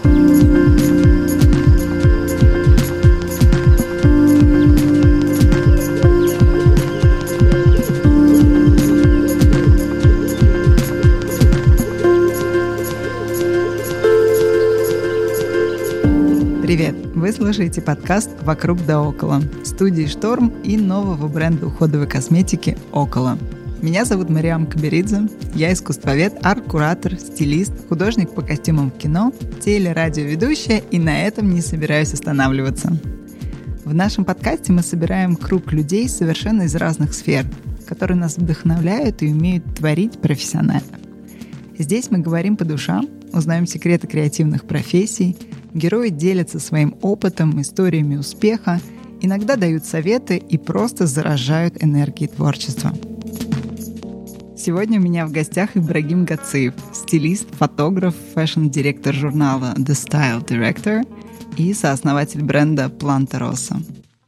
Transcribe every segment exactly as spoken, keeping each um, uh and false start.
Привет! Вы слушаете подкаст «Вокруг да около» студии «Шторм» и нового бренда уходовой косметики «Около». Меня зовут Мариам Каберидзе, я искусствовед, арт-куратор, стилист, художник по костюмам в кино, телерадиоведущая, и на этом не собираюсь останавливаться. В нашем подкасте мы собираем круг людей совершенно из разных сфер, которые нас вдохновляют и умеют творить профессионально. Здесь мы говорим по душам, узнаем секреты креативных профессий, герои делятся своим опытом, историями успеха, иногда дают советы и просто заражают энергией творчества. Сегодня у меня в гостях Ибрагим Гациев, стилист, фотограф, фэшн-директор журнала The Style Director и сооснователь бренда Planta Rosa.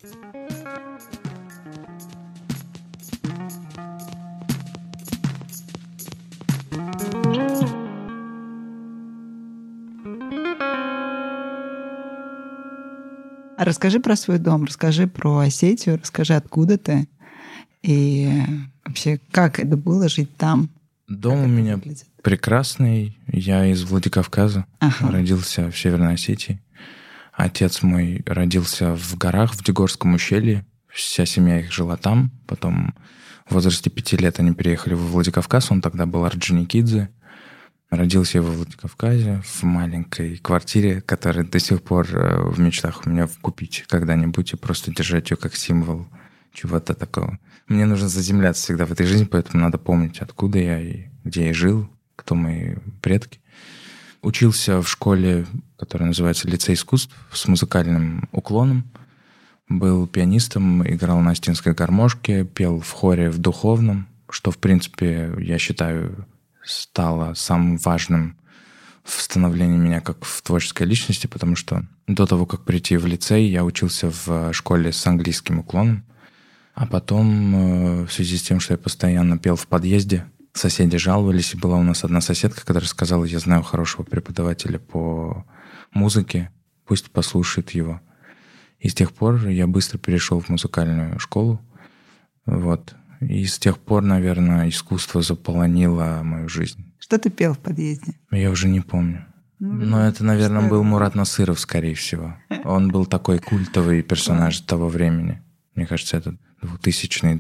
Расскажи про свой дом, расскажи про Осетию, расскажи, откуда ты и вообще, как это было жить там. Дом у меня выглядит? Прекрасный. Я из Владикавказа, ага. Родился в Северной Осетии. Отец мой родился в горах, в Дегорском ущелье. Вся семья их жила там. Потом в возрасте пяти лет они переехали во Владикавказ. Он тогда был Орджоникидзе. Родился я во Владикавказе, в маленькой квартире, которая до сих пор в мечтах у меня купить когда-нибудь и просто держать ее как символ чего-то такого. Мне нужно заземляться всегда в этой жизни, поэтому надо помнить, откуда я и где я жил, кто мои предки. Учился в школе, которая называется «Лицей искусств», с музыкальным уклоном. Был пианистом, играл на астинской гармошке, пел в хоре в духовном, что, в принципе, я считаю, стало самым важным в становлении меня как в творческой личности, потому что до того, как прийти в лицей, я учился в школе с английским уклоном. А потом, в связи с тем, что я постоянно пел в подъезде, соседи жаловались, и была у нас одна соседка, которая сказала: я знаю хорошего преподавателя по музыке, пусть послушает его. И с тех пор я быстро перешел в музыкальную школу. Вот. И с тех пор, наверное, искусство заполонило мою жизнь. Что ты пел в подъезде? Я уже не помню. Ну, Но это, наверное, что был это? Мурат Насыров, скорее всего. Он был такой культовый персонаж того времени. Мне кажется, это двухтысячный,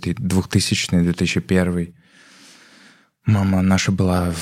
две тысячи первый. Мама наша была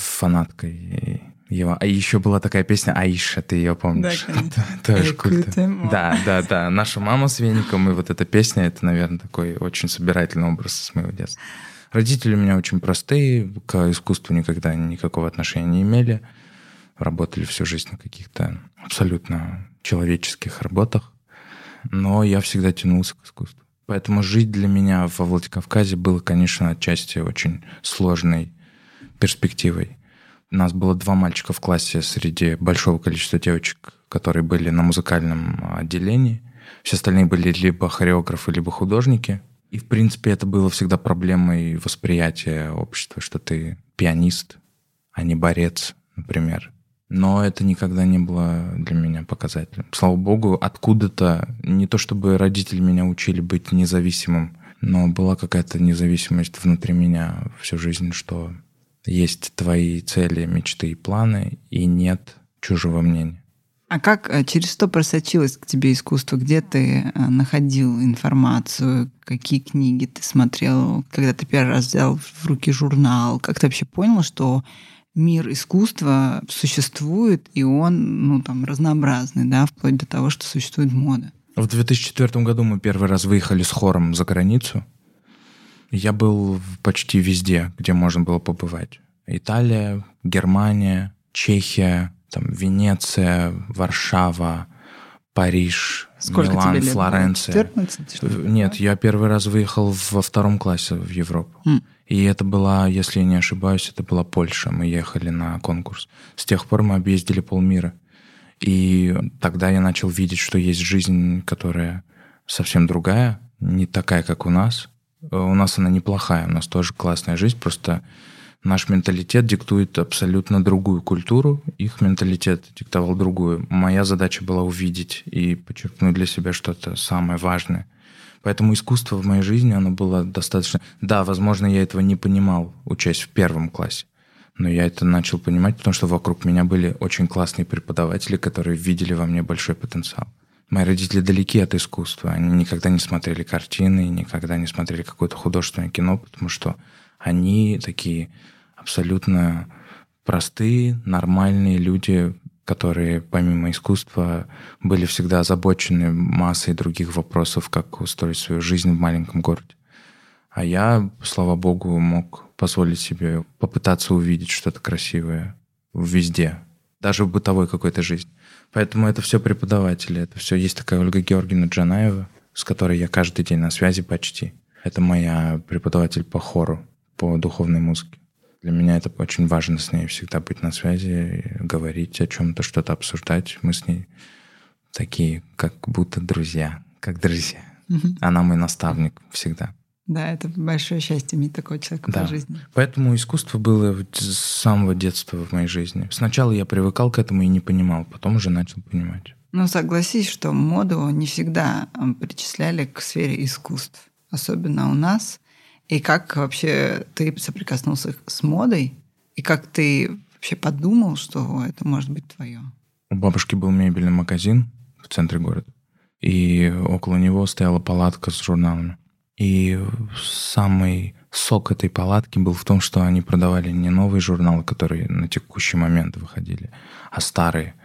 фанаткой его. А еще была такая песня «Аиша», ты ее помнишь? Да, конечно. Тоже культовая. Да, да, да. Наша мама с веником, и вот эта песня, это, наверное, такой очень собирательный образ с моего детства. Родители у меня очень простые, к искусству никогда никакого отношения не имели. Работали всю жизнь на каких-то абсолютно человеческих работах. Но я всегда тянулся к искусству. Поэтому жить для меня во Владикавказе было, конечно, отчасти очень сложной перспективой. У нас было два мальчика в классе среди большого количества девочек, которые были на музыкальном отделении. Все остальные были либо хореографы, либо художники. И, в принципе, это было всегда проблемой восприятия общества, что ты пианист, а не борец, например. Но это никогда не было для меня показателем. Слава богу, откуда-то, не то чтобы родители меня учили быть независимым, но была какая-то независимость внутри меня всю жизнь, что есть твои цели, мечты и планы, и нет чужого мнения. А как, через что просочилось к тебе искусство? Где ты находил информацию? Какие книги ты смотрел? Когда ты первый раз взял в руки журнал? Как ты вообще понял, что мир искусства существует, и он, ну, там, разнообразный, да, вплоть до того, что существует мода? В две тысячи четвёртом году мы первый раз выехали с хором за границу. Я был почти везде, где можно было побывать. Италия, Германия, Чехия, там, Венеция, Варшава, Париж, Сколько Милан, тебе лет Флоренция. четырнадцать, что ли? Нет, я первый раз выехал во втором классе в Европу. Mm. И это была, если я не ошибаюсь, это была Польша. Мы ехали на конкурс. С тех пор мы объездили полмира. И тогда я начал видеть, что есть жизнь, которая совсем другая, не такая, как у нас. У нас она неплохая, у нас тоже классная жизнь, просто Наш менталитет диктует абсолютно другую культуру, их менталитет диктовал другую. Моя задача была увидеть и подчеркнуть для себя что-то самое важное. Поэтому искусство в моей жизни, оно было достаточно... Да, возможно, я этого не понимал, учась в первом классе, но я это начал понимать, потому что вокруг меня были очень классные преподаватели, которые видели во мне большой потенциал. Мои родители далеки от искусства, они никогда не смотрели картины, никогда не смотрели какое-то художественное кино, потому что они такие абсолютно простые, нормальные люди, которые помимо искусства были всегда озабочены массой других вопросов, как устроить свою жизнь в маленьком городе. А я, слава богу, мог позволить себе попытаться увидеть что-то красивое везде, даже в бытовой какой-то жизни. Поэтому это все преподаватели, это все. Есть такая Ольга Георгиевна Джанаева, с которой я каждый день на связи почти. Это моя преподаватель по хору, по духовной музыке. Для меня это очень важно с ней всегда быть на связи, говорить о чем-то, что-то обсуждать. Мы с ней такие, как будто друзья, как друзья. Mm-hmm. Она мой наставник всегда. Да, это большое счастье иметь такого человека да. по жизни. Поэтому искусство было с самого детства в моей жизни. Сначала я привыкал к этому и не понимал, потом уже начал понимать. Ну, согласись, что моду не всегда причисляли к сфере искусств, особенно у нас. И как вообще ты соприкоснулся с модой? И как ты вообще подумал, что это может быть твое? У бабушки был мебельный магазин в центре города. И около него стояла палатка с журналами. И самый сок этой палатки был в том, что они продавали не новые журналы, которые на текущий момент выходили, а старые.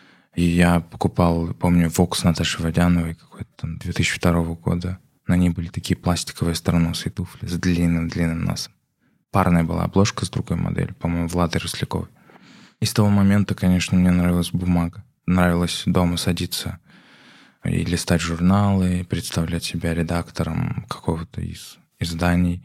И я покупал, помню, Vox Наташи Водяновой какой-то там две тысячи второго года. На ней были такие пластиковые остроносые туфли с длинным-длинным носом. Парная была обложка с другой моделью, по-моему, Влады Росляковой. И с того момента, конечно, мне нравилась бумага. Нравилось дома садиться и листать журналы, представлять себя редактором какого-то из изданий.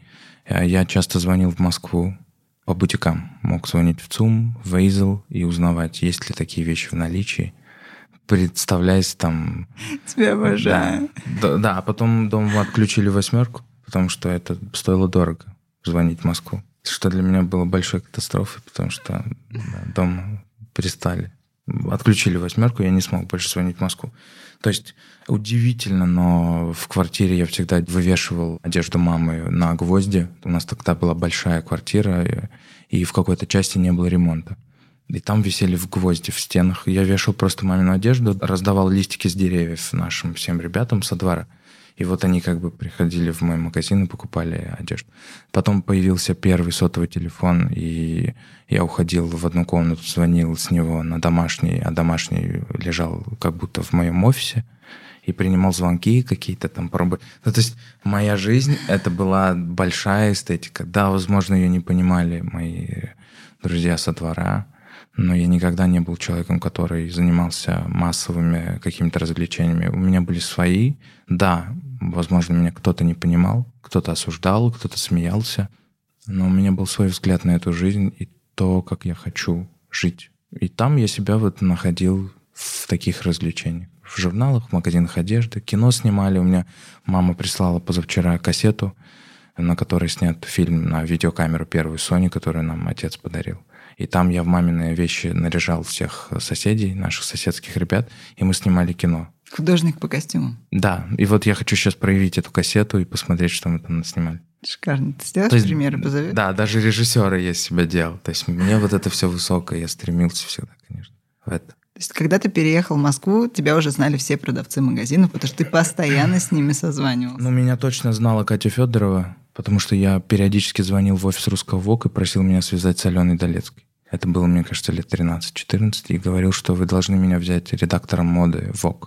Я часто звонил в Москву по бутикам. Мог звонить в ЦУМ, в Эйзел и узнавать, есть ли такие вещи в наличии. Представляясь там... Тебя обожаю. Да, да, а потом дома отключили восьмерку, потому что это стоило дорого звонить в Москву. Что для меня было большой катастрофой, потому что да, дома перестали. Отключили восьмерку, я не смог больше звонить в Москву. То есть удивительно, но в квартире я всегда вывешивал одежду мамы на гвозди. У нас тогда была большая квартира, и в какой-то части не было ремонта. И там висели в гвозди в стенах. Я вешал просто мамину одежду, раздавал листики с деревьев нашим всем ребятам со двора. И вот они как бы приходили в мой магазин и покупали одежду. Потом появился первый сотовый телефон, и я уходил в одну комнату, звонил с него на домашний, а домашний лежал как будто в моем офисе, и принимал звонки какие-то там пробы. Ну, то есть моя жизнь — это была большая эстетика. Да, возможно, ее не понимали мои друзья со двора, но я никогда не был человеком, который занимался массовыми какими-то развлечениями. У меня были свои. Да, возможно, меня кто-то не понимал, кто-то осуждал, кто-то смеялся, но у меня был свой взгляд на эту жизнь и то, как я хочу жить. И там я себя вот находил в таких развлечениях. В журналах, в магазинах одежды, кино снимали. У меня мама прислала позавчера кассету, на которой снят фильм на видеокамеру первую Sony, которую нам отец подарил. И там я в маминые вещи наряжал всех соседей, наших соседских ребят, и мы снимали кино. Художник по костюмам. Да, и вот я хочу сейчас проявить эту кассету и посмотреть, что мы там снимали. Шикарно. Ты сделаешь есть, примеры, позови? Да, даже режиссера я себя делал. То есть мне вот это все высокое, я стремился всегда, конечно, в это. То есть когда ты переехал в Москву, тебя уже знали все продавцы магазинов, потому что ты постоянно с ними созванивался. Ну, меня точно знала Катя Федорова, потому что я периодически звонил в офис Русского Вог и просил меня связать с Аленой Долецкой. Это было, мне кажется, лет тринадцать-четырнадцать, и говорил, что вы должны меня взять редактором моды Vogue.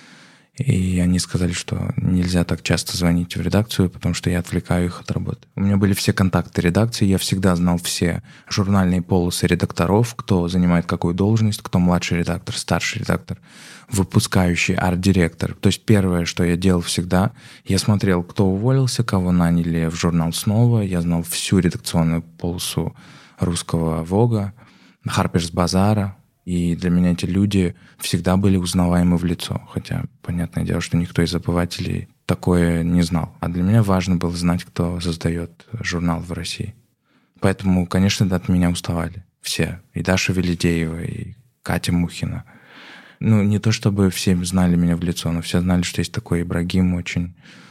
И они сказали, что нельзя так часто звонить в редакцию, потому что я отвлекаю их от работы. У меня были все контакты редакции, я всегда знал все журнальные полосы редакторов, кто занимает какую должность, кто младший редактор, старший редактор, выпускающий, арт-директор. То есть первое, что я делал всегда, я смотрел, кто уволился, кого наняли в журнал снова, я знал всю редакционную полосу Русского Вога, Harper's Bazaar. И для меня эти люди всегда были узнаваемы в лицо. Хотя, понятное дело, что никто из обывателей такое не знал. А для меня важно было знать, кто создает журнал в России. Поэтому, конечно, от меня уставали все. И Даша Велидеева, и Катя Мухина. Ну, не то чтобы все знали меня в лицо, но все знали, что есть такой Ибрагим, очень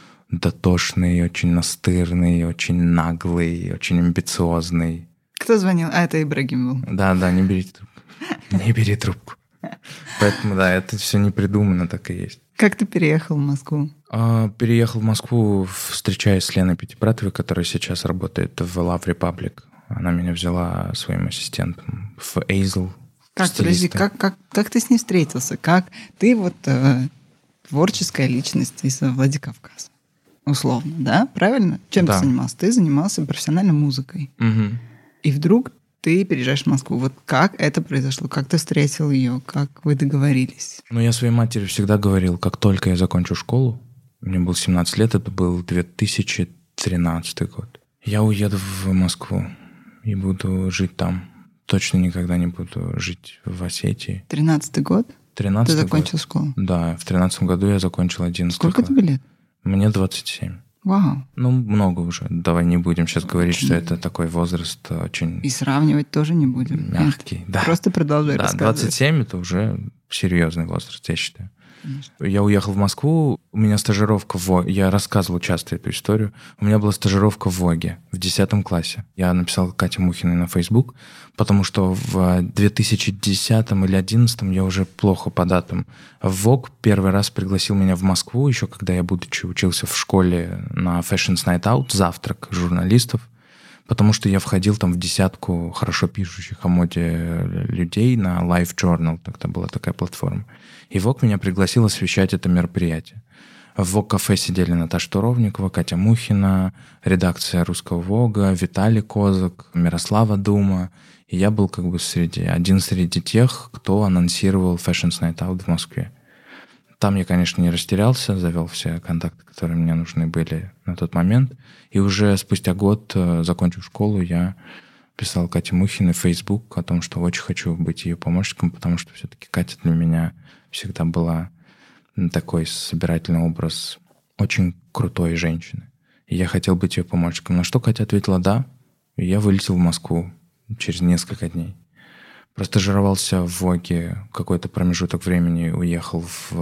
дотошный, очень настырный, очень наглый, очень амбициозный. Кто звонил? А, это Ибрагим был. Да, да, не берите трубку. Не бери трубку. Поэтому, да, это все не придумано, так и есть. Как ты переехал в Москву? А, переехал в Москву, встречаясь с Леной Пятибратовой, которая сейчас работает в Love Republic. Она меня взяла своим ассистентом в Эйзл. Как, подожди, как, как, как ты с ней встретился? Как ты вот э, творческая личность из Владикавказа? Условно, да? Правильно? Чем да. ты занимался? Ты занимался профессиональной музыкой. Угу. И вдруг ты переезжаешь в Москву. Вот как это произошло? Как ты встретил ее? Как вы договорились? Ну, я своей матери всегда говорил, как только я закончу школу, мне было семнадцать лет, это был две тысячи тринадцатый год, я уеду в Москву и буду жить там. Точно никогда не буду жить в Осетии. Тринадцатый год? Тринадцатый Ты закончил год. школу? Да, в тринадцатом году я закончил одиннадцатый Сколько класс. тебе лет? Мне двадцать семь. Вау. Ну, много уже. Давай не будем сейчас говорить, что это такой возраст очень... И сравнивать тоже не будем. Мягкий, Нет, да. Просто продолжай да, рассказывать. двадцать семь — это уже серьезный возраст, я считаю. Конечно. Я уехал в Москву, у меня стажировка в Воге. Я рассказывал часто эту историю. У меня была стажировка в Воге в десятом классе. Я написал Кате Мухиной на Facebook, потому что в две тысячи десятом или две тысячи одиннадцатом я уже плохо по датам. В Vogue первый раз пригласил меня в Москву, еще когда я, будучи, учился в школе на Fashions Night Out, завтрак журналистов, потому что я входил там в десятку хорошо пишущих о моде людей на Live Journal, тогда была такая платформа. И Vogue меня пригласил освещать это мероприятие. В Vogue кафе сидели Наташа Туровникова, Катя Мухина, редакция Русского Вога, Виталий Козак, Мирослава Дума. И я был как бы среди, один среди тех, кто анонсировал Fashions Night Out в Москве. Там я, конечно, не растерялся, завел все контакты, которые мне нужны были на тот момент. И уже спустя год, закончив школу, я писал Кате Мухиной в Facebook о том, что очень хочу быть ее помощником, потому что все-таки Катя для меня всегда была такой собирательный образ очень крутой женщины. И я хотел быть ее помощником. На что Катя ответила «да», и я вылетел в Москву через несколько дней. Простажировался в Воге какой-то промежуток времени, уехал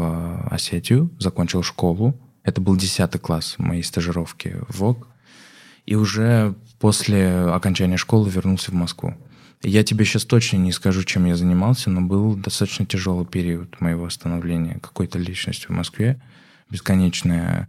в Осетию, закончил школу. Это был десятый класс моей стажировки в Вог. И уже после окончания школы вернулся в Москву. Я тебе сейчас точно не скажу, чем я занимался, но был достаточно тяжелый период моего становления какой-то личностью в Москве. Бесконечное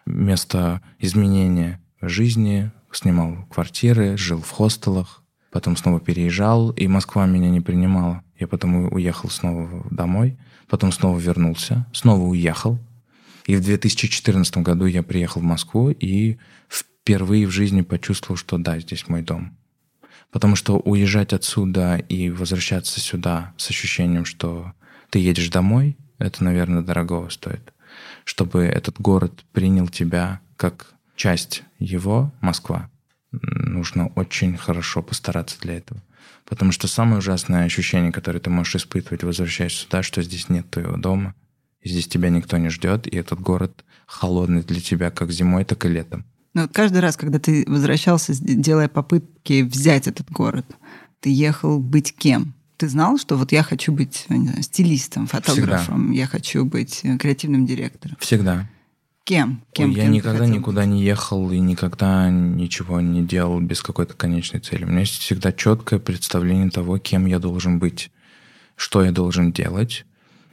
место изменения жизни. Снимал квартиры, жил в хостелах, потом снова переезжал, и Москва меня не принимала. Я потом уехал снова домой, потом снова вернулся, снова уехал. И в две тысячи четырнадцатом году я приехал в Москву и впервые в жизни почувствовал, что да, здесь мой дом. Потому что уезжать отсюда и возвращаться сюда с ощущением, что ты едешь домой, это, наверное, дорогого стоит. Чтобы этот город принял тебя как часть его, Москва, нужно очень хорошо постараться для этого. Потому что самое ужасное ощущение, которое ты можешь испытывать, возвращаясь сюда, что здесь нет твоего дома, и здесь тебя никто не ждет, и этот город холодный для тебя как зимой, так и летом. Но вот каждый раз, когда ты возвращался, делая попытки взять этот город, ты ехал быть кем? Ты знал, что вот я хочу быть, не знаю, стилистом, фотографом, Всегда. Я хочу быть креативным директором? Всегда. Кем? Кем, Ой, я кем никогда никуда быть? не ехал и никогда ничего не делал без какой-то конечной цели. У меня есть всегда четкое представление того, кем я должен быть, что я должен делать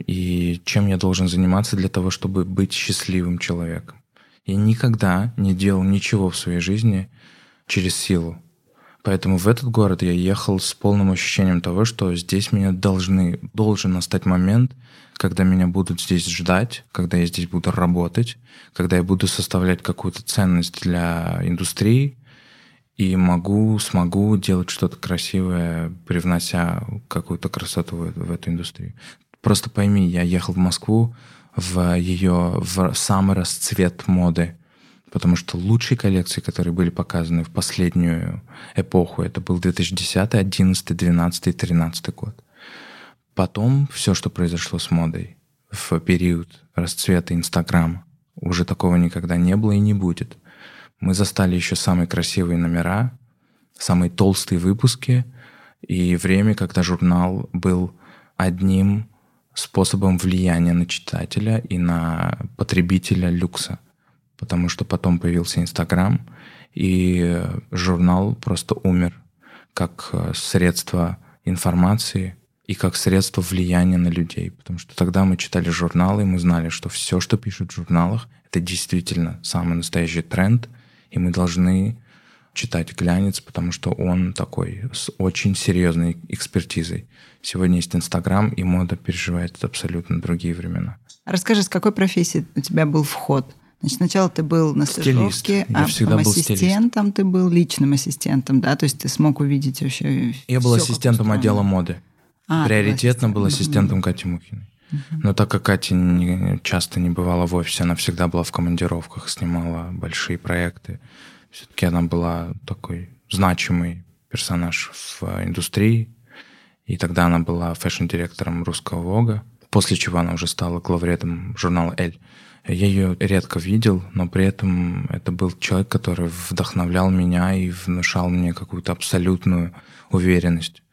и чем я должен заниматься для того, чтобы быть счастливым человеком. Я никогда не делал ничего в своей жизни через силу. Поэтому в этот город я ехал с полным ощущением того, что здесь меня должны, должен настать момент, когда меня будут здесь ждать, когда я здесь буду работать, когда я буду составлять какую-то ценность для индустрии и могу, смогу делать что-то красивое, привнося какую-то красоту в, в эту индустрию. Просто пойми, я ехал в Москву в ее в самый расцвет моды, потому что лучшие коллекции, которые были показаны в последнюю эпоху, это был две тысячи десятый, одиннадцатый, двенадцатый, тринадцатый год. Потом все, что произошло с модой в период расцвета Инстаграма, уже такого никогда не было и не будет. Мы застали еще самые красивые номера, самые толстые выпуски, и время, когда журнал был одним способом влияния на читателя и на потребителя люкса. Потому что потом появился Инстаграм, и журнал просто умер как средство информации и как средство влияния на людей. Потому что тогда мы читали журналы, и мы знали, что все, что пишут в журналах, это действительно самый настоящий тренд, и мы должны читать глянец, потому что он такой, с очень серьезной экспертизой. Сегодня есть Инстаграм, и мода переживает абсолютно другие времена. Расскажи, с какой профессии у тебя был вход? Значит, сначала ты был на стажировке, а потом ассистентом был ты был, личным ассистентом, да? То есть ты смог увидеть вообще Я был ассистентом отдела моды. А, Приоритетно был ассистентом mm-hmm. Кати Мухиной. Mm-hmm. Но так как Катя не, часто не бывала в офисе, она всегда была в командировках, снимала большие проекты. Все-таки она была такой значимый персонаж в индустрии. И тогда она была фэшн-директором русского Вога, после чего она уже стала главредом журнала «Эль». Я ее редко видел, но при этом это был человек, который вдохновлял меня и внушал мне какую-то абсолютную уверенность.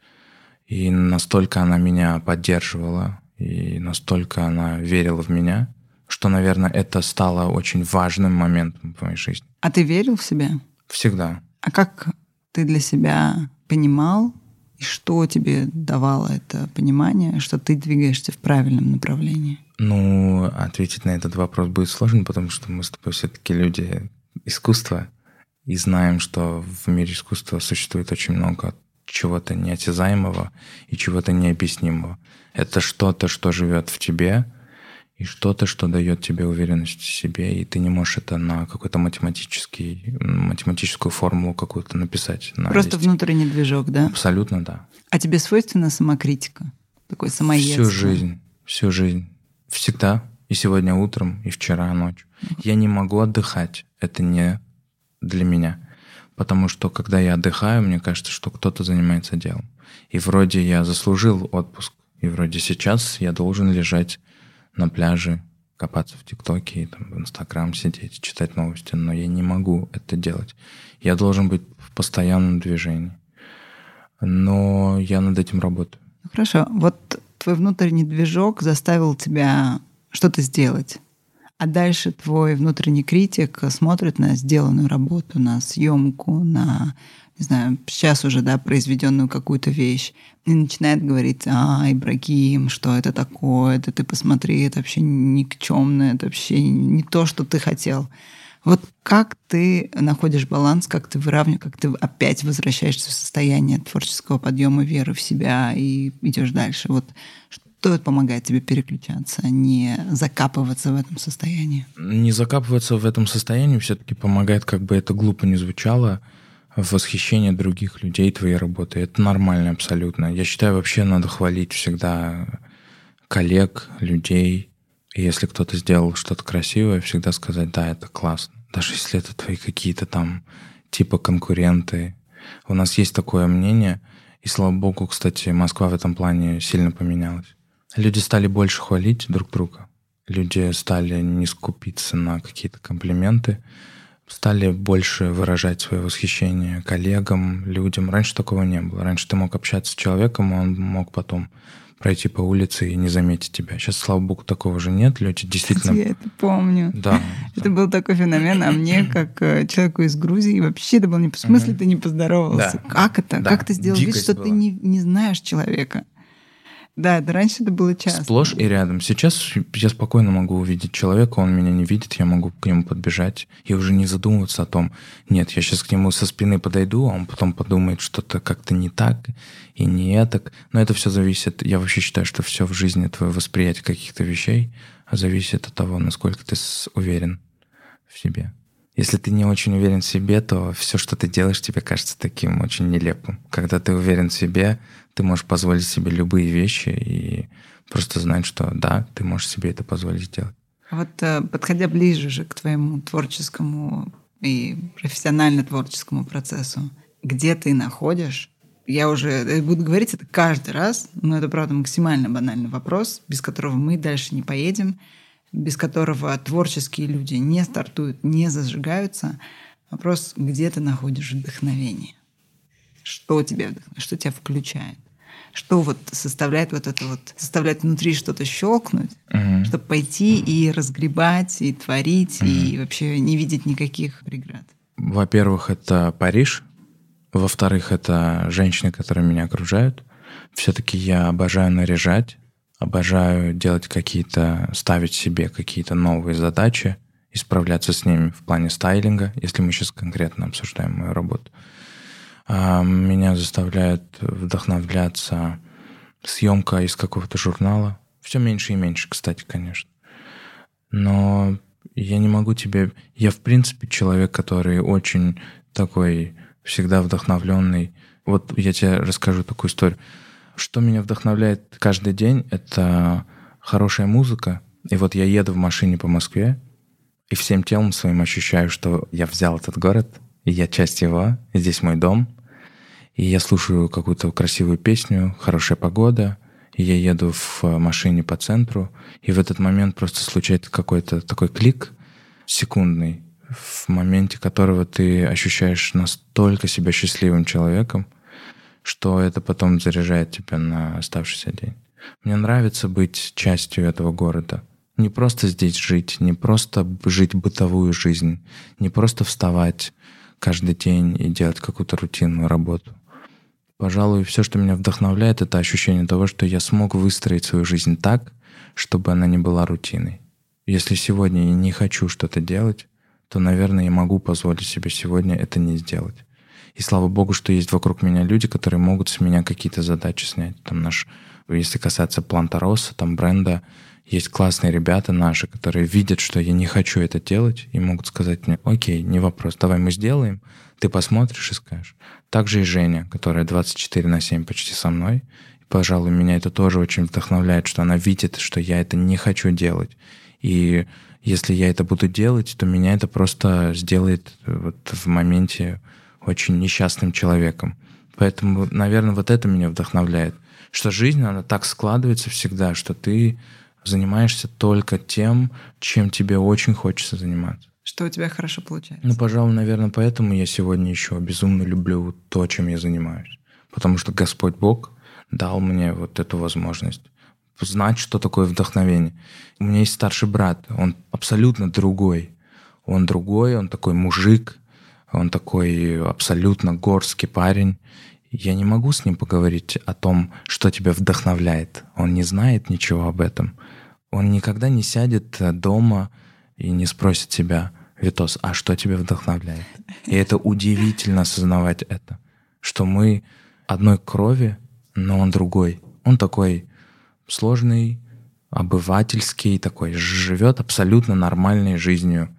И настолько она меня поддерживала, и настолько она верила в меня, что, наверное, это стало очень важным моментом в моей жизни. А ты верил в себя? Всегда. А как ты для себя понимал, и что тебе давало это понимание, что ты двигаешься в правильном направлении? Ну, ответить на этот вопрос будет сложно, потому что мы с тобой все-таки люди искусства и знаем, что в мире искусства существует очень много чего-то неосязаемого и чего-то необъяснимого. Это что-то, что живет в тебе, и что-то, что дает тебе уверенность в себе, и ты не можешь это на какой-то математический, математическую формулу какую-то написать. На Просто листике. Внутренний движок, да? Абсолютно, да. А тебе свойственна самокритика? Такой самоедство? Всю жизнь, всю жизнь. Всегда. И сегодня утром, и вчера ночью. Я не могу отдыхать. Это не для меня. Потому что, когда я отдыхаю, мне кажется, что кто-то занимается делом. И вроде я заслужил отпуск. И вроде сейчас я должен лежать на пляже, копаться в ТикТоке, и там, в Инстаграм сидеть, читать новости. Но я не могу это делать. Я должен быть в постоянном движении. Но я над этим работаю. Хорошо. Вот твой внутренний движок заставил тебя что-то сделать. А дальше твой внутренний критик смотрит на сделанную работу, на съемку, на, не знаю, сейчас уже, да, произведенную какую-то вещь, и начинает говорить: а, Ибрагим, что это такое, это ты посмотри, это вообще никчемное, это вообще не то, что ты хотел. Вот как ты находишь баланс, как ты выравниваешь, как ты опять возвращаешься в состояние творческого подъема, веры в себя и идешь дальше? Вот что помогает тебе переключаться, не закапываться в этом состоянии? Не закапываться в этом состоянии все-таки помогает, как бы это глупо ни звучало, восхищение других людей твоей работой. Это нормально абсолютно. Я считаю, вообще надо хвалить всегда коллег, людей. И если кто-то сделал что-то красивое, всегда сказать: да, это классно. Даже если это твои какие-то там типа конкуренты. У нас есть такое мнение. И, слава богу, кстати, Москва в этом плане сильно поменялась. Люди стали больше хвалить друг друга. Люди стали не скупиться на какие-то комплименты. Стали больше выражать свое восхищение коллегам, людям. Раньше такого не было. Раньше ты мог общаться с человеком, он мог потом пройти по улице и не заметить тебя. Сейчас, слава богу, такого же нет. Люди действительно... Я это помню. Да. Это был такой феномен, а мне, как человеку из Грузии, вообще это было не... В смысле ты не поздоровался? Да. Как это? Да. Как ты сделал вид, что была. ты не, не знаешь человека? Да, это раньше это было часто. Сплошь и рядом. Сейчас я спокойно могу увидеть человека, он меня не видит, я могу к нему подбежать и уже не задумываться о том, нет, я сейчас к нему со спины подойду, а он потом подумает что-то как-то не так и не этак. Но это все зависит, я вообще считаю, что все в жизни, твое восприятие каких-то вещей зависит от того, насколько ты уверен в себе. Если ты не очень уверен в себе, то все, что ты делаешь, тебе кажется таким очень нелепым. Когда ты уверен в себе, ты можешь позволить себе любые вещи и просто знать, что да, ты можешь себе это позволить сделать. Вот подходя ближе же к твоему творческому и профессионально-творческому процессу, где ты находишь? Я уже буду говорить это каждый раз, но это, правда, максимально банальный вопрос, без которого мы дальше не поедем, без которого творческие люди не стартуют, не зажигаются. Вопрос: где ты находишь вдохновение? Что тебя вдохновляет, что тебя включает? Что вот составляет вот это вот, заставляет внутри что-то щелкнуть, uh-huh. чтобы пойти и разгребать, и творить, uh-huh. и вообще не видеть никаких преград? Во-первых, это Париж. Во-вторых, это женщины, которые меня окружают. Все-таки я обожаю наряжать, обожаю делать какие-то, ставить себе какие-то новые задачи, и справляться с ними в плане стайлинга, если мы сейчас конкретно обсуждаем мою работу. Меня заставляет вдохновляться съемка из какого-то журнала. Все меньше и меньше, кстати, конечно. Но я не могу тебе... Я, в принципе, человек, который очень такой всегда вдохновленный. Вот я тебе расскажу такую историю. Что меня вдохновляет каждый день, это хорошая музыка. И вот я еду в машине по Москве, и всем телом своим ощущаю, что я взял этот город, и я часть его, и здесь мой дом. И я слушаю какую-то красивую песню, хорошая погода, и я еду в машине по центру, и в этот момент просто случается какой-то такой клик секундный, в моменте которого ты ощущаешь настолько себя счастливым человеком, что это потом заряжает тебя на оставшийся день. Мне нравится быть частью этого города. Не просто здесь жить, не просто жить бытовую жизнь, не просто вставать каждый день и делать какую-то рутинную работу. Пожалуй, все, что меня вдохновляет, это ощущение того, что я смог выстроить свою жизнь так, чтобы она не была рутиной. Если сегодня я не хочу что-то делать, то, наверное, я могу позволить себе сегодня это не сделать. И слава богу, что есть вокруг меня люди, которые могут с меня какие-то задачи снять. Там наш, если касаться Планта Росса, там бренда, есть классные ребята наши, которые видят, что я не хочу это делать, и могут сказать мне: окей, не вопрос, давай мы сделаем, ты посмотришь и скажешь. Также и Женя, которая двадцать четыре на семь почти со мной. И, пожалуй, меня это тоже очень вдохновляет, что она видит, что я это не хочу делать. И если я это буду делать, то меня это просто сделает вот в моменте очень несчастным человеком. Поэтому, наверное, вот это меня вдохновляет. Что жизнь, она так складывается всегда, что ты занимаешься только тем, чем тебе очень хочется заниматься. Что у тебя хорошо получается. Ну, пожалуй, наверное, поэтому я сегодня еще безумно люблю то, чем я занимаюсь. Потому что Господь Бог дал мне вот эту возможность знать, что такое вдохновение. У меня есть старший брат, он абсолютно другой. Он другой, он такой мужик, он такой абсолютно горский парень. Я не могу с ним поговорить о том, что тебя вдохновляет. Он не знает ничего об этом. Он никогда не сядет дома и не спросит себя: Витос, а что тебя вдохновляет? И это удивительно осознавать это, что мы одной крови, но он другой. Он такой сложный, обывательский, такой, живет абсолютно нормальной жизнью.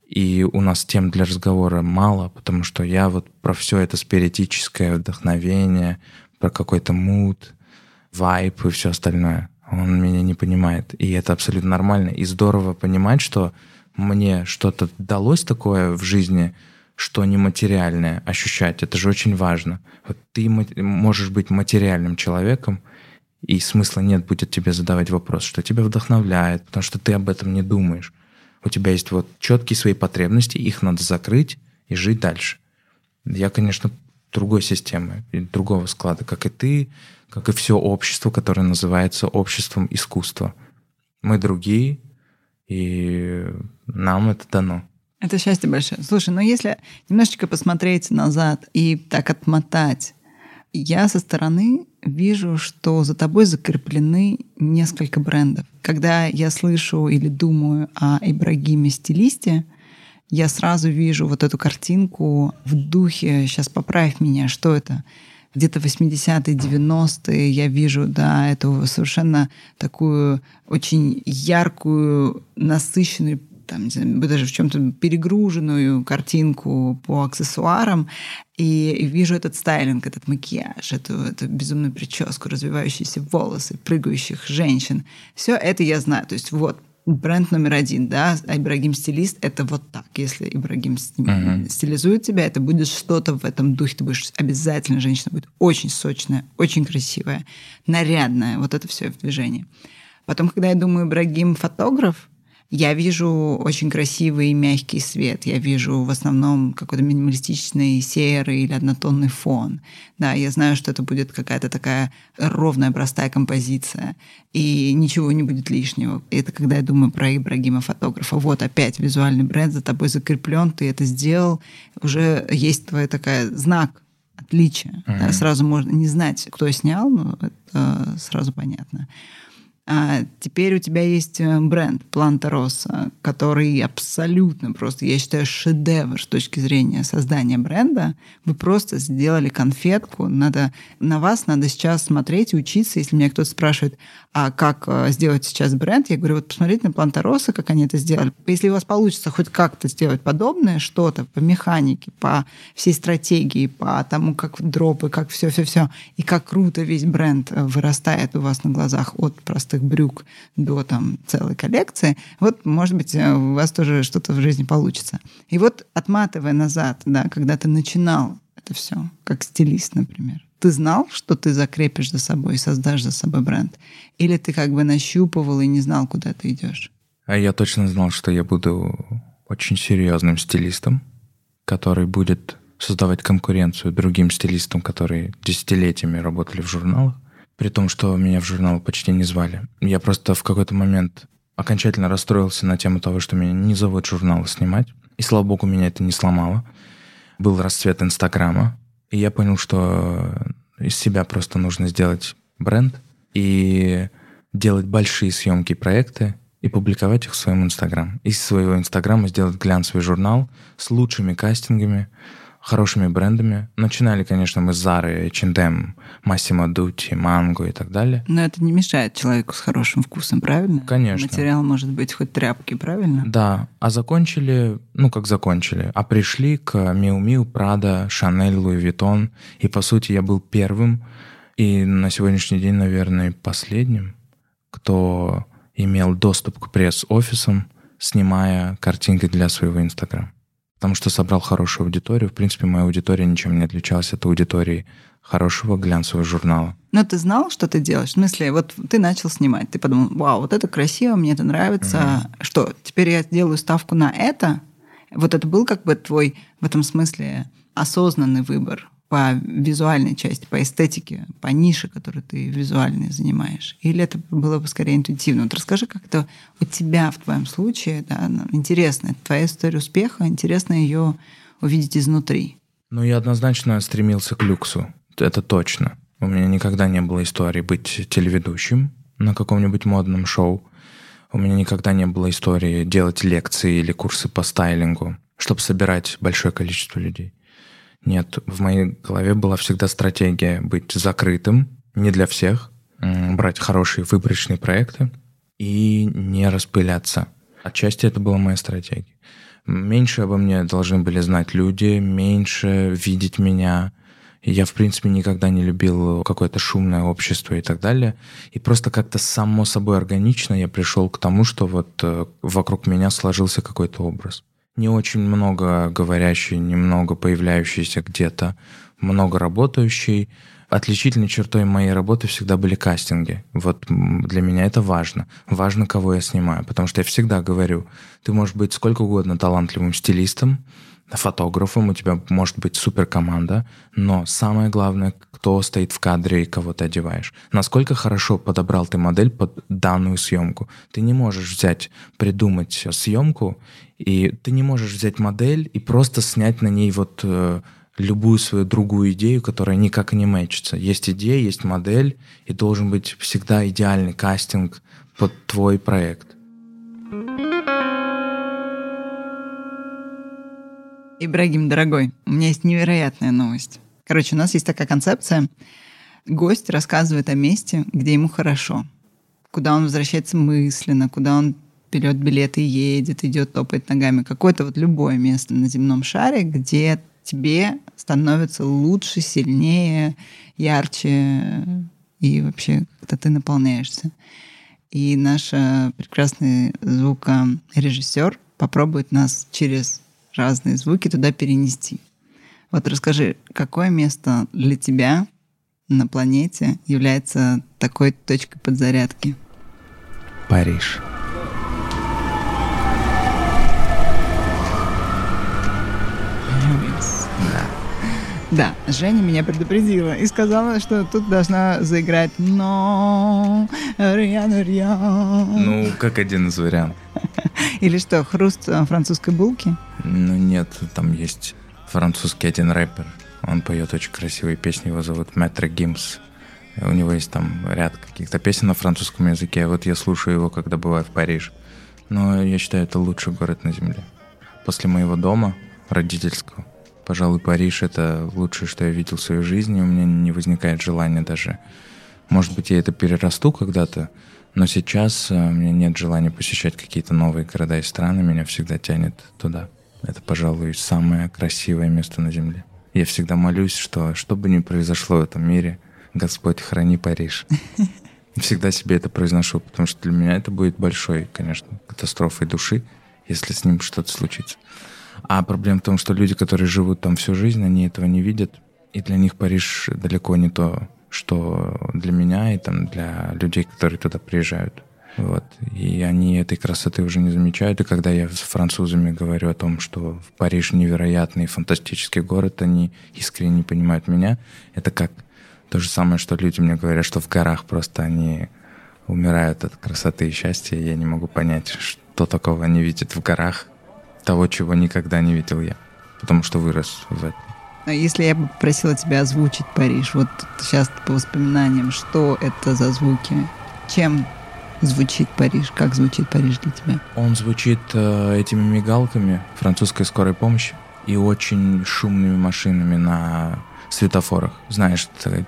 И у нас тем для разговора мало, потому что я вот про все это спиритическое вдохновение, про какой-то муд, вайб и все остальное. Он меня не понимает. И это абсолютно нормально. И здорово понимать, что мне что-то далось такое в жизни, что нематериальное, ощущать. Это же очень важно. Вот ты можешь быть материальным человеком, и смысла нет будет тебе задавать вопрос, что тебя вдохновляет, потому что ты об этом не думаешь. У тебя есть вот четкие свои потребности, их надо закрыть и жить дальше. Я, конечно, другой системы, другого склада, как и ты, как и все общество, которое называется обществом искусства. Мы другие, и нам это дано. Это счастье большое. Слушай, ну если немножечко посмотреть назад и так отмотать, я со стороны вижу, что за тобой закреплены несколько брендов. Когда я слышу или думаю о Ибрагиме-стилисте, я сразу вижу вот эту картинку в духе, сейчас поправь меня, что это? Где-то восьмидесятые, девяностые я вижу, да, эту совершенно такую очень яркую, насыщенную, там, не знаю, даже в чем-то перегруженную картинку по аксессуарам, и, и вижу этот стайлинг, этот макияж, эту, эту безумную прическу, развивающиеся волосы, прыгающих женщин. Все это я знаю. То есть вот бренд номер один, да, Ибрагим стилист — это вот так. Если Ибрагим uh-huh. стилизует тебя, это будет что-то в этом духе. Ты будешь обязательно, женщина будет очень сочная, очень красивая, нарядная. Вот это все в движении. Потом, когда я думаю Ибрагим фотограф, Я вижу очень красивый мягкий свет, я вижу в основном какой-то минималистичный серый или однотонный фон. Да, я знаю, что это будет какая-то такая ровная, простая композиция, и ничего не будет лишнего. Это когда я думаю про Ибрагима, фотографа. Вот опять визуальный бренд за тобой закреплен, ты это сделал, уже есть твой такой знак отличия. Mm-hmm. Да, сразу можно не знать, кто снял, но это сразу понятно. А теперь у тебя есть бренд Планта Росса, который абсолютно просто, я считаю, шедевр с точки зрения создания бренда. Вы просто сделали конфетку. Надо, на вас надо сейчас смотреть и учиться. Если меня кто-то спрашивает, а как сделать сейчас бренд, я говорю, вот посмотрите на Планта Росса, как они это сделали. Если у вас получится хоть как-то сделать подобное что-то по механике, по всей стратегии, по тому, как дропы, как все-все-все, и как круто весь бренд вырастает у вас на глазах от простых брюк до там целой коллекции, вот, может быть, у вас тоже что-то в жизни получится. И вот, отматывая назад, да, когда ты начинал это все, как стилист, например, ты знал, что ты закрепишь за собой и создашь за собой бренд? Или ты как бы нащупывал и не знал, куда ты идешь? А я точно знал, что я буду очень серьезным стилистом, который будет создавать конкуренцию другим стилистам, которые десятилетиями работали в журналах. При том, что меня в журнал почти не звали. Я просто в какой-то момент окончательно расстроился на тему того, что меня не зовут в журналы снимать. И, слава богу, меня это не сломало. Был расцвет Инстаграма. И я понял, что из себя просто нужно сделать бренд и делать большие съемки, проекты и публиковать их в своем Инстаграм. Из своего Инстаграма сделать глянцевый журнал с лучшими кастингами, хорошими брендами. Начинали, конечно, мы с Zara, эйч энд эм, Massimo Dutti, Mango и так далее. Но это не мешает человеку с хорошим вкусом, правильно? Конечно. Материал может быть хоть тряпки, правильно? Да. А закончили, ну как закончили, а пришли к Miu Miu, Prada, Chanel, Louis Vuitton. И, по сути, я был первым и на сегодняшний день, наверное, последним, кто имел доступ к пресс-офисам, снимая картинки для своего Инстаграма. Потому что собрал хорошую аудиторию. В принципе, моя аудитория ничем не отличалась от аудитории хорошего глянцевого журнала. Но ты знал, что ты делаешь? В смысле, вот ты начал снимать, ты подумал, вау, вот это красиво, мне это нравится. Mm-hmm. Что, теперь я делаю ставку на это? Вот это был как бы твой, в этом смысле, осознанный выбор по визуальной части, по эстетике, по нише, которую ты визуально занимаешь? Или это было бы скорее интуитивно? Вот расскажи, как это у тебя в твоем случае, да, интересно, это твоя история успеха, интересно ее увидеть изнутри. Ну, я однозначно стремился к люксу, это точно. У меня никогда не было истории быть телеведущим на каком-нибудь модном шоу. У меня никогда не было истории делать лекции или курсы по стайлингу, чтобы собирать большое количество людей. Нет, в моей голове была всегда стратегия быть закрытым, не для всех, брать хорошие выборочные проекты и не распыляться. Отчасти это была моя стратегия. Меньше обо мне должны были знать люди, меньше видеть меня. Я, в принципе, никогда не любил какое-то шумное общество и так далее. И просто как-то само собой органично я пришел к тому, что вот вокруг меня сложился какой-то образ. Не очень много говорящий, немного появляющийся где-то, много работающий. Отличительной чертой моей работы всегда были кастинги. Вот для меня это важно. Важно, кого я снимаю. Потому что я всегда говорю, ты можешь быть сколько угодно талантливым стилистом, фотографом, у тебя может быть суперкоманда, но самое главное, кто стоит в кадре и кого ты одеваешь. Насколько хорошо подобрал ты модель под данную съемку. Ты не можешь взять, придумать съемку, и ты не можешь взять модель и просто снять на ней вот э, любую свою другую идею, которая никак не мэчится. Есть идея, есть модель, и должен быть всегда идеальный кастинг под твой проект. Ибрагим, дорогой, у меня есть невероятная новость. Короче, у нас есть такая концепция. Гость рассказывает о месте, где ему хорошо, куда он возвращается мысленно, куда он берет билеты и едет, идет, топает ногами. Какое-то вот любое место на земном шаре, где тебе становится лучше, сильнее, ярче, и вообще как-то ты наполняешься. И наш прекрасный звукорежиссер попробует нас через разные звуки туда перенести. Вот расскажи, какое место для тебя на планете является такой точкой подзарядки? Париж. Да, Женя меня предупредила и сказала, что тут должна заиграть «Но, Риан, Риан». Ну, как один из вариантов. Или что, хруст французской булки? Ну, нет, там есть французский один рэпер. Он поет очень красивые песни, его зовут Мэтр Гимс. У него есть там ряд каких-то песен на французском языке. Вот я слушаю его, когда бываю в Париже. Но я считаю, это лучший город на земле. После моего дома родительского, пожалуй, Париж — это лучшее, что я видел в своей жизни. У меня не возникает желания даже... Может быть, я это перерасту когда-то, но сейчас у меня нет желания посещать какие-то новые города и страны. Меня всегда тянет туда. Это, пожалуй, самое красивое место на земле. Я всегда молюсь, что что бы ни произошло в этом мире, Господь, храни Париж. Всегда себе это произношу, потому что для меня это будет большой, конечно, катастрофой души, если с ним что-то случится. А проблема в том, что люди, которые живут там всю жизнь, они этого не видят. И для них Париж далеко не то, что для меня и там для людей, которые туда приезжают. Вот. И они этой красоты уже не замечают. И когда я с французами говорю о том, что Париж невероятный, фантастический город, они искренне не понимают меня. Это как то же самое, что люди мне говорят, что в горах просто они умирают от красоты и счастья. И я не могу понять, что такого они видят в горах, того, чего никогда не видел я, потому что вырос в этом. А если я бы попросила тебя озвучить Париж, вот сейчас по воспоминаниям, что это за звуки? Чем звучит Париж? Как звучит Париж для тебя? Он звучит э, этими мигалками французской скорой помощи и очень шумными машинами на светофорах. Знаешь, такой...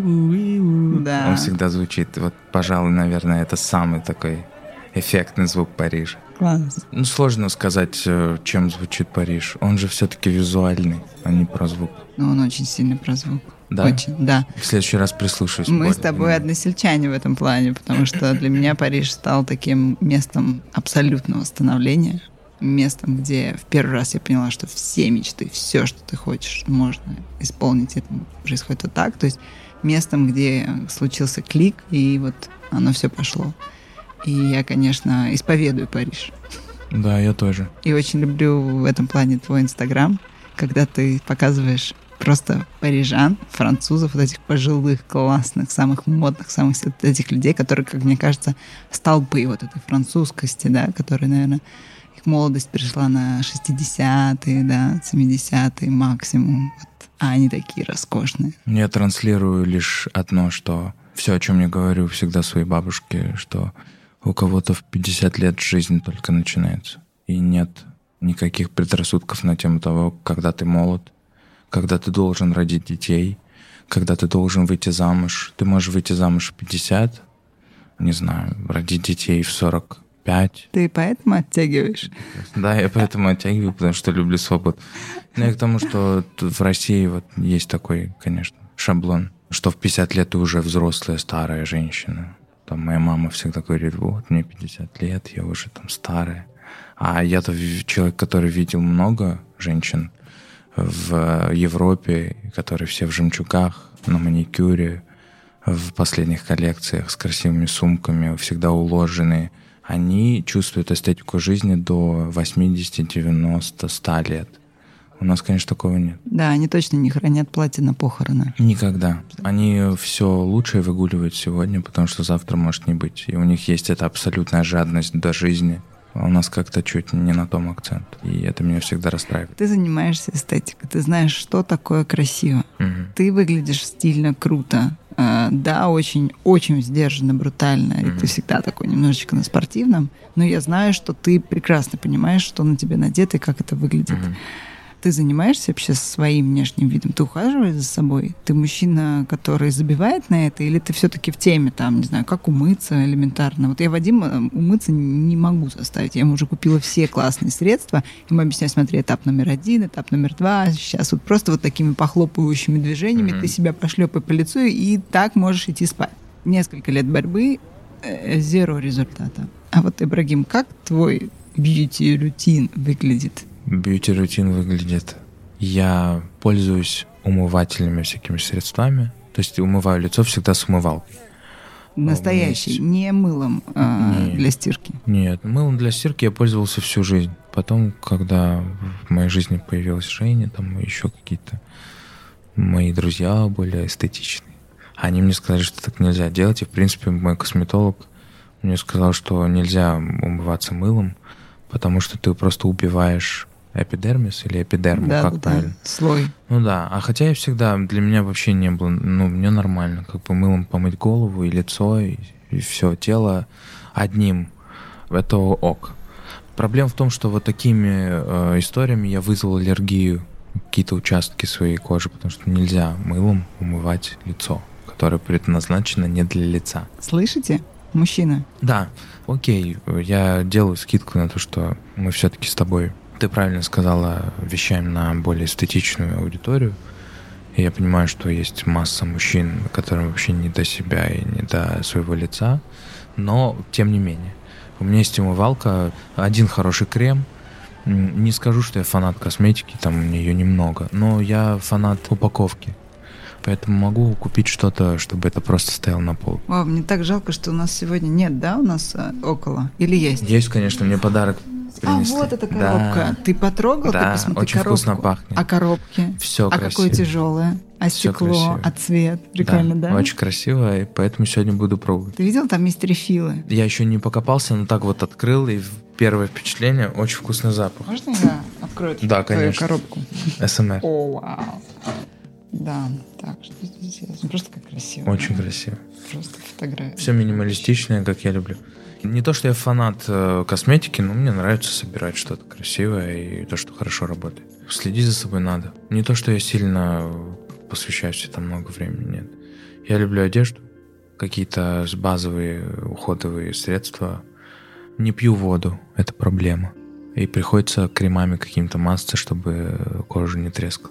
Да. Он всегда звучит. Вот, пожалуй, наверное, это самый такой эффектный звук Парижа. Класс. Ну, сложно сказать, чем звучит Париж. Он же все-таки визуальный, а не про звук. Ну, он очень сильно про звук. Да? Очень, да. В следующий раз прислушаюсь. Мы с тобой односельчане в этом плане, потому что для меня Париж стал таким местом абсолютного становления, местом, где в первый раз я поняла, что все мечты, все, что ты хочешь, можно исполнить. Это происходит вот так. То есть местом, где случился клик, и вот оно все пошло. И я, конечно, исповедую Париж. Да, я тоже. И очень люблю в этом плане твой Инстаграм, когда ты показываешь просто парижан, французов, вот этих пожилых, классных, самых модных, самых этих людей, которые, как мне кажется, столпы вот этой французскости, да, которые, наверное, их молодость пришла на шестидесятые, да, семидесятые максимум. Вот. А они такие роскошные. Я транслирую лишь одно, что все, о чем я говорю всегда своей бабушке, что у кого-то в пятьдесят лет жизнь только начинается. И нет никаких предрассудков на тему того, когда ты молод, когда ты должен родить детей, когда ты должен выйти замуж. Ты можешь выйти замуж в пятьдесят, не знаю, родить детей в сорок пять. Ты поэтому оттягиваешь? Да, я поэтому оттягиваю, потому что люблю свободу. Ну и к тому, что в России вот есть такой, конечно, шаблон, что в пятьдесят лет ты уже взрослая, старая женщина. Там моя мама всегда говорит, вот, мне пятьдесят лет, я уже там старая. А я-то человек, который видел много женщин в Европе, которые все в жемчугах, на маникюре, в последних коллекциях с красивыми сумками, всегда уложенные. Они чувствуют эстетику жизни до восьмидесяти, девяноста, ста лет. У нас, конечно, такого нет. Да, они точно не хранят платье на похороны. Никогда. Они все лучшее выгуливают сегодня, потому что завтра может не быть. И у них есть эта абсолютная жадность до жизни. А у нас как-то чуть не на том акцент. И это меня всегда расстраивает. Ты занимаешься эстетикой, ты знаешь, что такое красиво. Угу. Ты выглядишь стильно, круто. Uh, да, очень-очень сдержанно, брутально, mm-hmm. и ты всегда такой немножечко на спортивном, но я знаю, что ты прекрасно понимаешь, что на тебе надето и как это выглядит. Mm-hmm. Ты занимаешься вообще своим внешним видом? Ты ухаживаешь за собой? Ты мужчина, который забивает на это, или ты все-таки в теме, там, не знаю, как умыться элементарно? Вот я Вадима умыться не могу заставить. Я ему уже купила все классные средства. Ему объясняю, смотри, этап номер один, этап номер два. Сейчас вот просто вот такими похлопывающими движениями mm-hmm. ты себя пошлепай по лицу, и так можешь идти спать. Несколько лет борьбы, зеро результата. А вот, Ибрагим, как твой бьюти-рутин выглядит? Бьюти-рутин выглядит. Я пользуюсь умывательными всякими средствами. То есть умываю лицо всегда с умывалкой. Настоящий, есть... не мылом а, нет, для стирки? Нет, мылом для стирки я пользовался всю жизнь. Потом, когда в моей жизни появилась Женя, там еще какие-то мои друзья более эстетичные. Они мне сказали, что так нельзя делать. И, в принципе, мой косметолог мне сказал, что нельзя умываться мылом, потому что ты просто убиваешь эпидермис или эпидерму, да, как да, правильно? Да. Слой. Ну да, а хотя я всегда, для меня вообще не было, ну, мне нормально, как бы мылом помыть голову и лицо, и, и все тело одним. Это ок. Проблема в том, что вот такими э, историями я вызвал аллергию на какие-то участки своей кожи, потому что нельзя мылом умывать лицо, которое предназначено не для лица. Слышите? Мужчина. Да, окей, я делаю скидку на то, что мы все-таки с тобой, ты правильно сказала, вещаем на более эстетичную аудиторию. И я понимаю, что есть масса мужчин, которым вообще не до себя и не до своего лица, но тем не менее. У меня есть умывалка, один хороший крем. Не скажу, что я фанат косметики, там у меня ее немного, но я фанат упаковки. Поэтому могу купить что-то, чтобы это просто стояло на полке. О, мне так жалко, что у нас сегодня нет, да, у нас а, около? Или есть? Есть, конечно, мне подарок принесли. А вот эта коробка. Да. Ты потрогал? Да, ты посмотри очень коробку. Вкусно пахнет. А коробки? Все а красиво. А какое тяжелое? А Всё стекло? красиво. А цвет? Прикольно, да, да? Очень красиво, и поэтому сегодня буду пробовать. Ты видел, там есть рефилы? Я еще не покопался, но так вот открыл, и первое впечатление — очень вкусный запах. Можно я открою да, твою конечно. коробку? СМР. О, вау. Да, так, что здесь делать? Ну, просто как красиво. Очень да? красиво. Просто фотография. Все минималистичное, как я люблю. Не то, что я фанат э, косметики, но мне нравится собирать что-то красивое и то, что хорошо работает. Следить за собой надо. Не то, что я сильно посвящаюсь этому много времени, нет. Я люблю одежду, какие-то базовые уходовые средства. Не пью воду, это проблема. И приходится кремами какими-то мазаться, чтобы кожа не трескалась.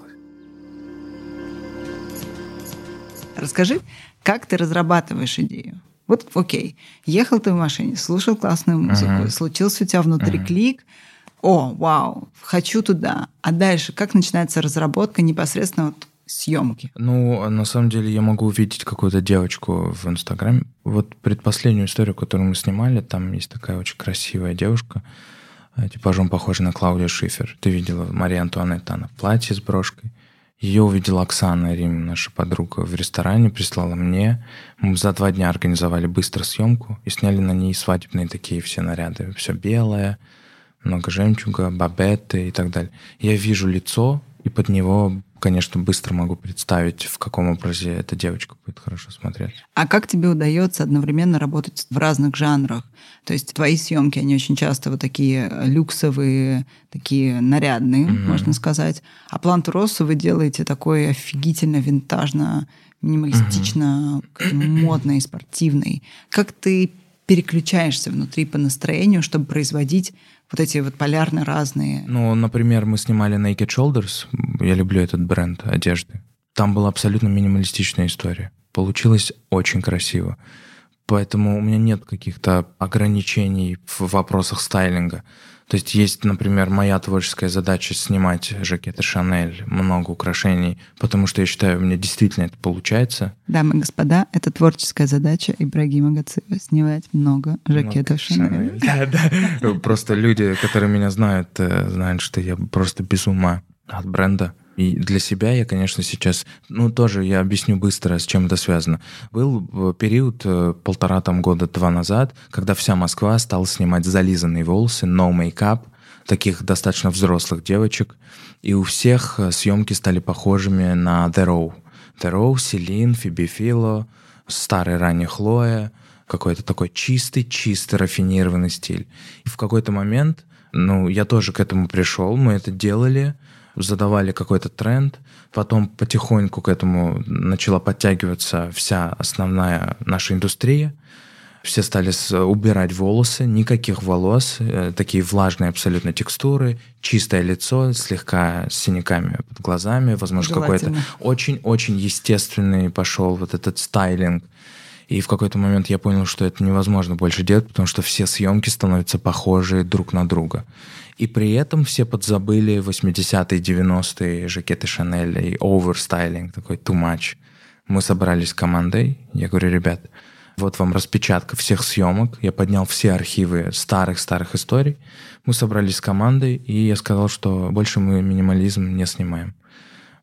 Расскажи, как ты разрабатываешь идею? Вот, окей, ехал ты в машине, слушал классную музыку, uh-huh. случился у тебя внутри uh-huh. клик, о, вау, хочу туда. А дальше как начинается разработка непосредственно вот съемки? Ну, на самом деле я могу увидеть какую-то девочку в Инстаграме. Вот предпоследнюю историю, которую мы снимали, там есть такая очень красивая девушка, типажом похожа на Клаудию Шифер. Ты видела Мария Антуанетта, она в платье с брошкой. Ее увидела Оксана Рим, наша подруга, в ресторане, прислала мне. Мы за два дня организовали быстро съемку и сняли на ней свадебные такие все наряды. Все белое, много жемчуга, бабетты и так далее. Я вижу лицо, и под него, конечно, быстро могу представить, в каком образе эта девочка будет хорошо смотреться. А как тебе удается одновременно работать в разных жанрах? То есть твои съемки, они очень часто вот такие люксовые, такие нарядные, mm-hmm. можно сказать. А Планту Россу вы делаете такой офигительно винтажно, минималистично, mm-hmm. модный, спортивный. Как ты переключаешься внутри по настроению, чтобы производить вот эти вот полярно разные? Ну, например, мы снимали Naked Shoulders. Я люблю этот бренд одежды. Там была абсолютно минималистичная история. Получилось очень красиво. Поэтому у меня нет каких-то ограничений в вопросах стайлинга. То есть есть, например, моя творческая задача снимать жакеты Шанель, много украшений, потому что я считаю, у меня действительно это получается. Дамы и господа, это творческая задача Ибрагима Гациева — снимать много жакетов Шанель. Да, да. Просто люди, которые меня знают, знают, что я просто без ума от бренда. И для себя я, конечно, сейчас, ну, тоже я объясню быстро, с чем это связано. Был период полтора там года, два назад, когда вся Москва стала снимать зализанные волосы, no make-up, таких достаточно взрослых девочек, и у всех съемки стали похожими на The Row. The Row, Селин, Фиби Фило, старый ранний Хлоя, какой-то такой чистый-чистый рафинированный стиль. И в какой-то момент, ну, я тоже к этому пришел, мы это делали, задавали какой-то тренд, потом потихоньку к этому начала подтягиваться вся основная наша индустрия. Все стали убирать волосы, никаких волос, такие влажные абсолютно текстуры, чистое лицо, слегка с синяками под глазами, возможно, какой-то очень-очень естественный пошел вот этот стайлинг. И в какой-то момент я понял, что это невозможно больше делать, потому что все съемки становятся похожи друг на друга. И при этом все подзабыли восьмидесятые, девяностые жакеты Шанель и оверстайлинг, такой too much. Мы собрались с командой, я говорю, ребят, вот вам распечатка всех съемок, я поднял все архивы старых-старых историй, мы собрались с командой, и я сказал, что больше мы минимализм не снимаем.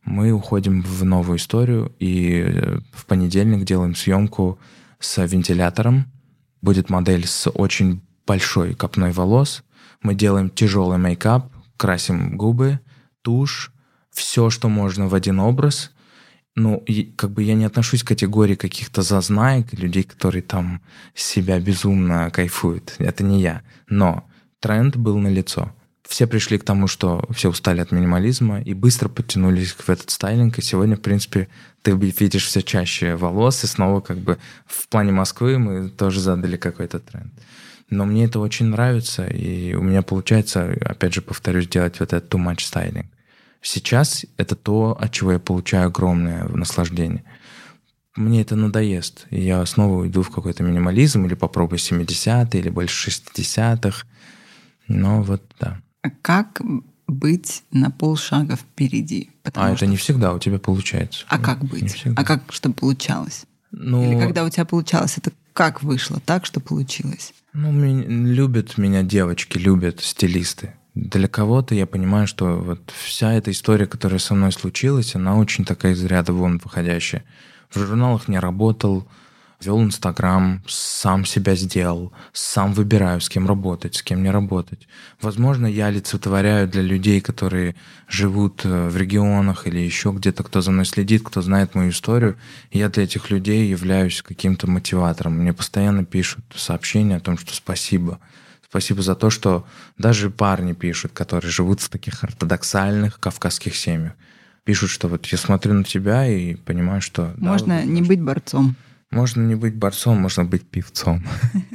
Мы уходим в новую историю, и в понедельник делаем съемку с вентилятором. Будет модель с очень большой копной волос. Мы делаем тяжелый мейкап, красим губы, тушь, все, что можно в один образ. Ну, и как бы я не отношусь к категории каких-то зазнаек, людей, которые там себя безумно кайфуют. Это не я. Но тренд был налицо. Все пришли к тому, что все устали от минимализма и быстро подтянулись в этот стайлинг. И сегодня, в принципе, ты видишь все чаще волос. И снова как бы в плане Москвы мы тоже задали какой-то тренд. Но мне это очень нравится, и у меня получается, опять же, повторюсь, делать вот этот too much styling. Сейчас это то, от чего я получаю огромное наслаждение. Мне это надоест, и я снова уйду в какой-то минимализм или попробую семидесятые или больше шестидесятых. Но вот да. А как быть на полшага впереди? Потому а что... это не всегда у тебя получается. А как быть? А как, чтобы получалось? Ну... Или когда у тебя получалось, это как вышло так, что получилось? Ну, меня, любят меня девочки, любят стилисты. Для кого-то я понимаю, что вот вся эта история, которая со мной случилась, она очень такая из ряда вон выходящая. В журналах не работал, вел Инстаграм, сам себя сделал, сам выбираю, с кем работать, с кем не работать. Возможно, я олицетворяю для людей, которые живут в регионах или еще где-то, кто за мной следит, кто знает мою историю. Я для этих людей являюсь каким-то мотиватором. Мне постоянно пишут сообщения о том, что спасибо. Спасибо за то, что даже парни пишут, которые живут в таких ортодоксальных кавказских семьях. Пишут, что вот я смотрю на тебя и понимаю, что... Можно да, не быть борцом. Можно не быть борцом, можно быть певцом.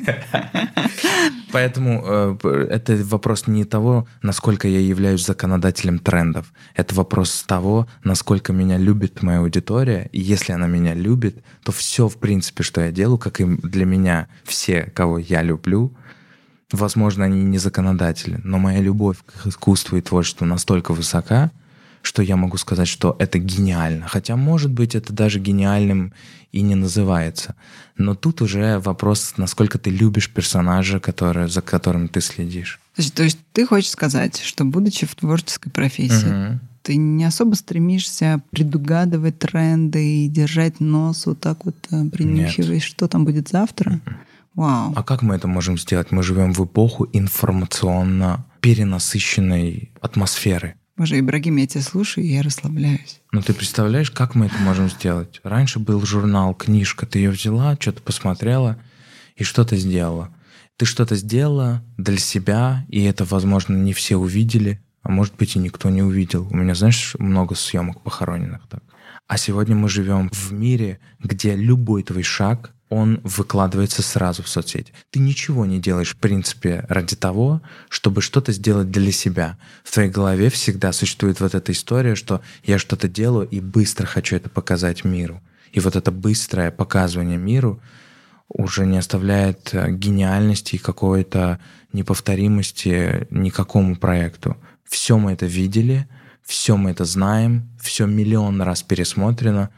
Поэтому э, это вопрос не того, насколько я являюсь законодателем трендов. Это вопрос того, насколько меня любит моя аудитория. И если она меня любит, то все, в принципе, что я делаю, как и для меня все, кого я люблю, возможно, они не законодатели, но моя любовь к искусству и творчеству настолько высока, что я могу сказать, что это гениально. Хотя, может быть, это даже гениальным и не называется. Но тут уже вопрос, насколько ты любишь персонажа, который, за которым ты следишь. То есть, то есть ты хочешь сказать, что, будучи в творческой профессии, угу. ты не особо стремишься предугадывать тренды и держать нос вот так вот, принюхиваясь, что там будет завтра? Угу. Вау. А как мы это можем сделать? Мы живем в эпоху информационно перенасыщенной атмосферы. Боже, Ибрагим, я тебя слушаю, и я расслабляюсь. Ну ты представляешь, как мы это можем сделать? Раньше был журнал, книжка, ты ее взяла, что-то посмотрела и что-то сделала. Ты что-то сделала для себя, и это, возможно, не все увидели, а может быть и никто не увидел. У меня, знаешь, много съемок похороненных так. А сегодня мы живем в мире, где любой твой шаг, он выкладывается сразу в соцсети. Ты ничего не делаешь, в принципе, ради того, чтобы что-то сделать для себя. В твоей голове всегда существует вот эта история, что я что-то делаю и быстро хочу это показать миру. И вот это быстрое показывание миру уже не оставляет гениальности и какой-то неповторимости никакому проекту. Все мы это видели, все мы это знаем, все миллион раз пересмотрено.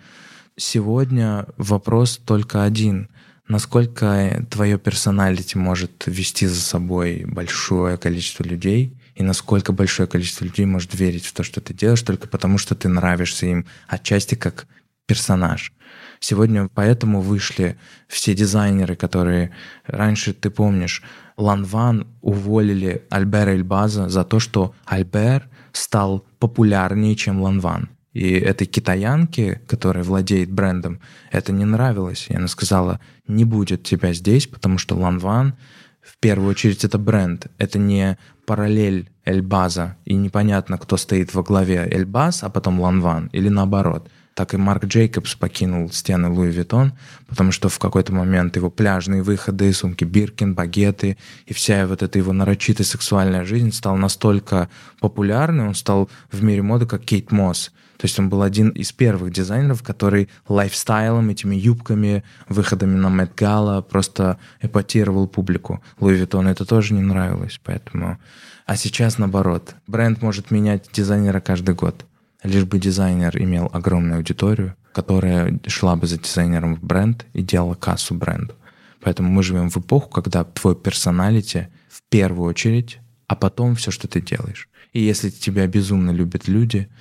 Сегодня вопрос только один. Насколько твое персоналити может вести за собой большое количество людей, и насколько большое количество людей может верить в то, что ты делаешь, только потому, что ты нравишься им отчасти как персонаж. Сегодня поэтому вышли все дизайнеры, которые... Раньше, ты помнишь, Lanvin уволили Альбера Эльбаза за то, что Альбер стал популярнее, чем Lanvin. И этой китаянке, которая владеет брендом, это не нравилось. И она сказала, не будет тебя здесь, потому что Lanvin, в первую очередь, это бренд. Это не параллель Эльбаза, и непонятно, кто стоит во главе, Эльбаз, а потом Lanvin, или наоборот. Так и Марк Джейкобс покинул стены Луи Виттон, потому что в какой-то момент его пляжные выходы, сумки Биркин, багеты и вся вот эта его нарочитая сексуальная жизнь стала настолько популярной, он стал в мире моды как Кейт Мосс. То есть он был один из первых дизайнеров, который лайфстайлом, этими юбками, выходами на Мет Гала просто эпатировал публику. Луи Виттон это тоже не нравилось, поэтому... А сейчас наоборот. Бренд может менять дизайнера каждый год. Лишь бы дизайнер имел огромную аудиторию, которая шла бы за дизайнером в бренд и делала кассу бренду. Поэтому мы живем в эпоху, когда твой персоналити в первую очередь, а потом все, что ты делаешь. И если тебя безумно любят люди,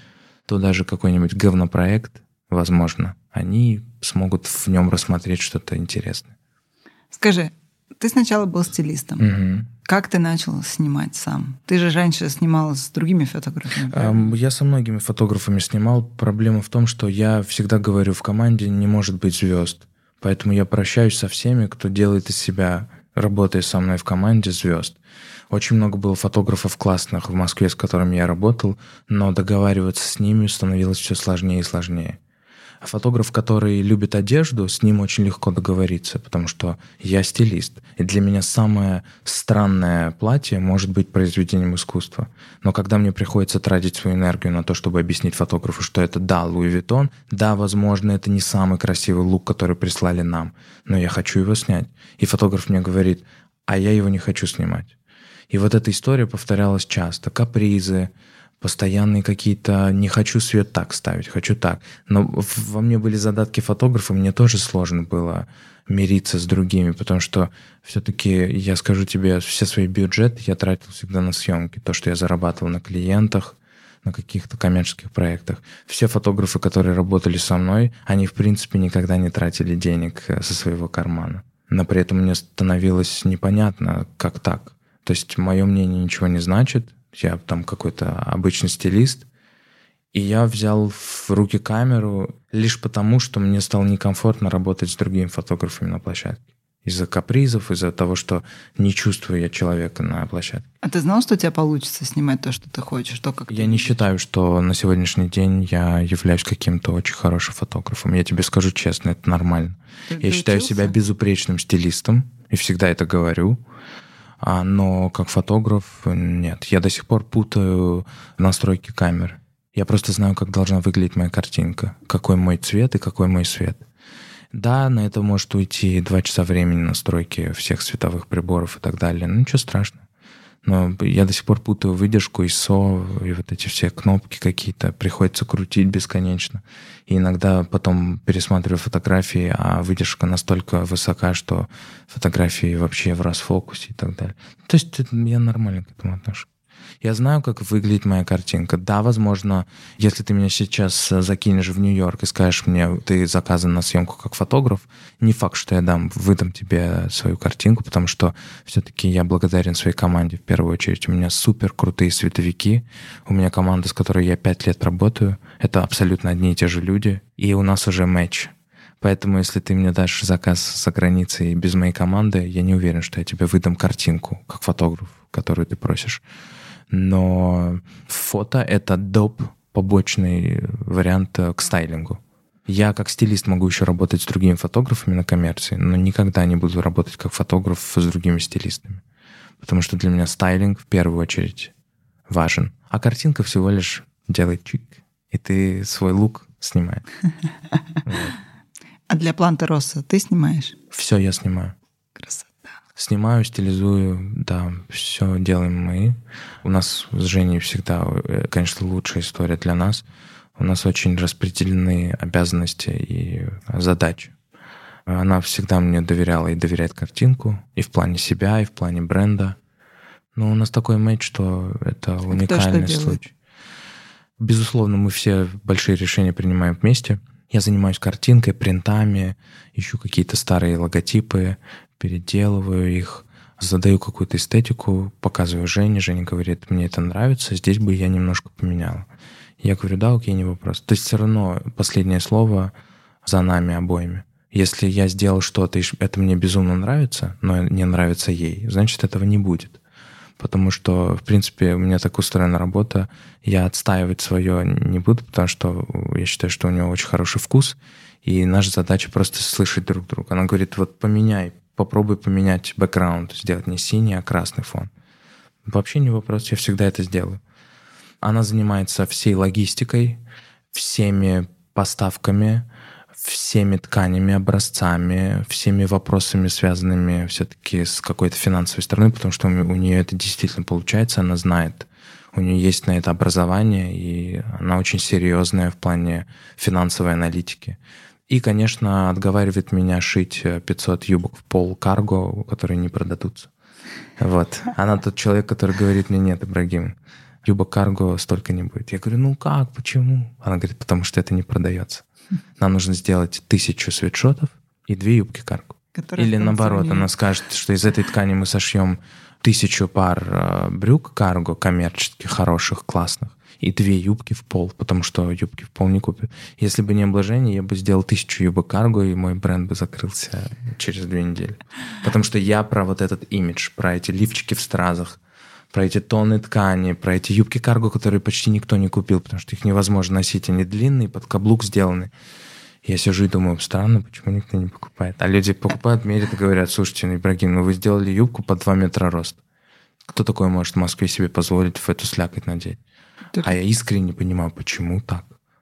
то даже какой-нибудь говнопроект, возможно, они смогут в нем рассмотреть что-то интересное. Скажи, ты сначала был стилистом. Угу. Как ты начал снимать сам? Ты же раньше снимал с другими фотографами. Я со многими фотографами снимал. Проблема в том, что я всегда говорю, в команде не может быть звезд. Поэтому я прощаюсь со всеми, кто делает из себя, работая со мной в команде, звезд. Очень много было фотографов классных в Москве, с которыми я работал, но договариваться с ними становилось все сложнее и сложнее. А фотограф, который любит одежду, с ним очень легко договориться, потому что я стилист. И для меня самое странное платье может быть произведением искусства. Но когда мне приходится тратить свою энергию на то, чтобы объяснить фотографу, что это да, Луи Виттон, да, возможно, это не самый красивый лук, который прислали нам, но я хочу его снять. И фотограф мне говорит, а я его не хочу снимать. И вот эта история повторялась часто. Капризы, постоянные какие-то «не хочу свет так ставить, хочу так». Но во мне были задатки фотографа, мне тоже сложно было мириться с другими, потому что все-таки, я скажу тебе, все свои бюджеты я тратил всегда на съемки. То, что я зарабатывал на клиентах, на каких-то коммерческих проектах. Все фотографы, которые работали со мной, они, в принципе, никогда не тратили денег со своего кармана. Но при этом мне становилось непонятно, как так. То есть мое мнение ничего не значит, я там какой-то обычный стилист, и я взял в руки камеру лишь потому, что мне стало некомфортно работать с другими фотографами на площадке. Из-за капризов, из-за того, что не чувствую я человека на площадке. А ты знал, что у тебя получится снимать то, что ты хочешь? То, как я не считаю, что на сегодняшний день я являюсь каким-то очень хорошим фотографом. Я тебе скажу честно, это нормально. Ты я считаю себя безупречным стилистом, и всегда это говорю. А, но как фотограф нет. Я до сих пор путаю настройки камеры. Я просто знаю, как должна выглядеть моя картинка, какой мой цвет и какой мой свет. Да, на это может уйти два часа времени настройки всех световых приборов и так далее. Ну, ничего страшного. Но я до сих пор путаю выдержку, ай эс о и вот эти все кнопки какие-то. Приходится крутить бесконечно. И иногда потом пересматриваю фотографии, а выдержка настолько высока, что фотографии вообще в расфокусе и так далее. То есть я нормально к этому отношусь. Я знаю, как выглядит моя картинка. Да, возможно, если ты меня сейчас закинешь в Нью-Йорк и скажешь мне, ты заказан на съемку как фотограф, не факт, что я дам, выдам тебе свою картинку, потому что все-таки я благодарен своей команде в первую очередь. У меня супер крутые световики. У меня команда, с которой я пять лет работаю. Это абсолютно одни и те же люди. И у нас уже матч. Поэтому, если ты мне дашь заказ за границей без моей команды, я не уверен, что я тебе выдам картинку как фотограф, которую ты просишь. Но фото — это доп. Побочный вариант к стайлингу. Я как стилист могу еще работать с другими фотографами на коммерции, но никогда не буду работать как фотограф с другими стилистами. Потому что для меня стайлинг в первую очередь важен. А картинка всего лишь делает чик, и ты свой лук снимаешь. А для Планта Росса ты снимаешь? Все я снимаю. Красота. Снимаю, стилизую, да, все делаем мы. У нас с Женей всегда, конечно, лучшая история для нас. У нас очень распределены обязанности и задачи. Она всегда мне доверяла и доверяет картинку, и в плане себя, и в плане бренда. Но у нас такой матч, что это уникальный Кто случай. Безусловно, мы все большие решения принимаем вместе. Я занимаюсь картинкой, принтами, ищу какие-то старые логотипы, переделываю их, задаю какую-то эстетику, показываю Жене. Женя говорит, мне это нравится, здесь бы я немножко поменяла. Я говорю, да, окей, не вопрос. То есть все равно последнее слово за нами обоими. Если я сделал что-то, и это мне безумно нравится, но не нравится ей, значит, этого не будет. Потому что, в принципе, у меня так устроена работа, я отстаивать свое не буду, потому что я считаю, что у него очень хороший вкус, и наша задача просто слышать друг друга. Она говорит, вот поменяй, попробуй поменять бэкграунд, сделать не синий, а красный фон. Вообще не вопрос, я всегда это сделаю. Она занимается всей логистикой, всеми поставками, всеми тканями, образцами, всеми вопросами, связанными все-таки с какой-то финансовой стороной, потому что у нее это действительно получается, она знает, у нее есть на это образование, и она очень серьезная в плане финансовой аналитики. И, конечно, отговаривает меня шить пятьсот юбок в пол карго, которые не продадутся. Вот. Она тот человек, который говорит мне, нет, Ибрагим, юбок карго столько не будет. Я говорю, ну как, почему? Она говорит, потому что это не продается. Нам нужно сделать тысячу свитшотов и две юбки карго. Или наоборот, она скажет, что из этой ткани мы сошьем тысячу пар брюк карго коммерческих, хороших, классных, и две юбки в пол, потому что юбки в пол не купят. Если бы не обложение, я бы сделал тысячу юбок карго, и мой бренд бы закрылся через две недели. Потому что я про вот этот имидж, про эти лифчики в стразах, про эти тонны ткани, про эти юбки карго, которые почти никто не купил, потому что их невозможно носить, они длинные, под каблук сделаны. Я сижу и думаю, странно, почему никто не покупает. А люди покупают, мерят и говорят, слушайте, ну, Ибрагим, ну вы сделали юбку по два метра роста. Кто такой может в Москве себе позволить в эту слякоть надеть? Так... А я искренне не понимаю, почему так.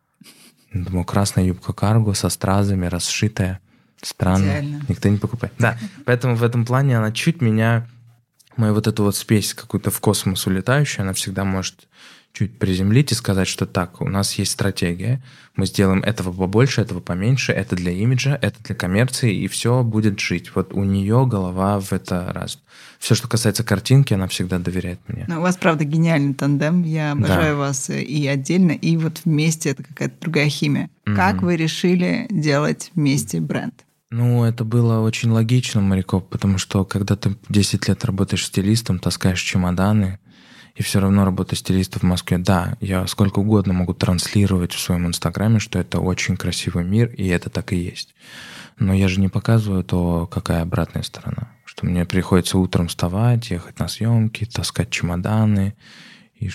Думаю, красная юбка карго со стразами, расшитая. Странно. Идеально. Никто не покупает. Да, поэтому в этом плане она чуть меня... Мою вот эту вот спесь какую-то в космос улетающую, она всегда может чуть приземлить и сказать, что так, у нас есть стратегия, мы сделаем этого побольше, этого поменьше, это для имиджа, это для коммерции, и все будет жить. Вот у нее голова в это раз. Все, что касается картинки, она всегда доверяет мне. Но у вас, правда, гениальный тандем. Я обожаю да. вас и отдельно, и вот вместе это какая-то другая химия. Mm-hmm. Как вы решили делать вместе бренд? Ну, это было очень логично, Марикоп, потому что когда ты десять лет работаешь стилистом, таскаешь чемоданы, и все равно работа стилиста в Москве. Да, я сколько угодно могу транслировать в своем инстаграме, что это очень красивый мир, и это так и есть. Но я же не показываю то, какая обратная сторона. Что мне приходится утром вставать, ехать на съемки, таскать чемоданы, и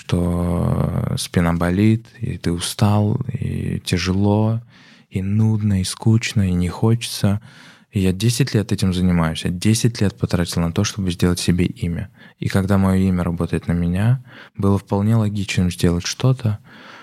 что спина болит, и ты устал, и тяжело, и нудно, и скучно, и не хочется. И я десять лет этим занимаюсь. Я десять лет потратил на то, чтобы сделать себе имя. И когда мое имя работает на меня, было вполне логичным сделать что-то,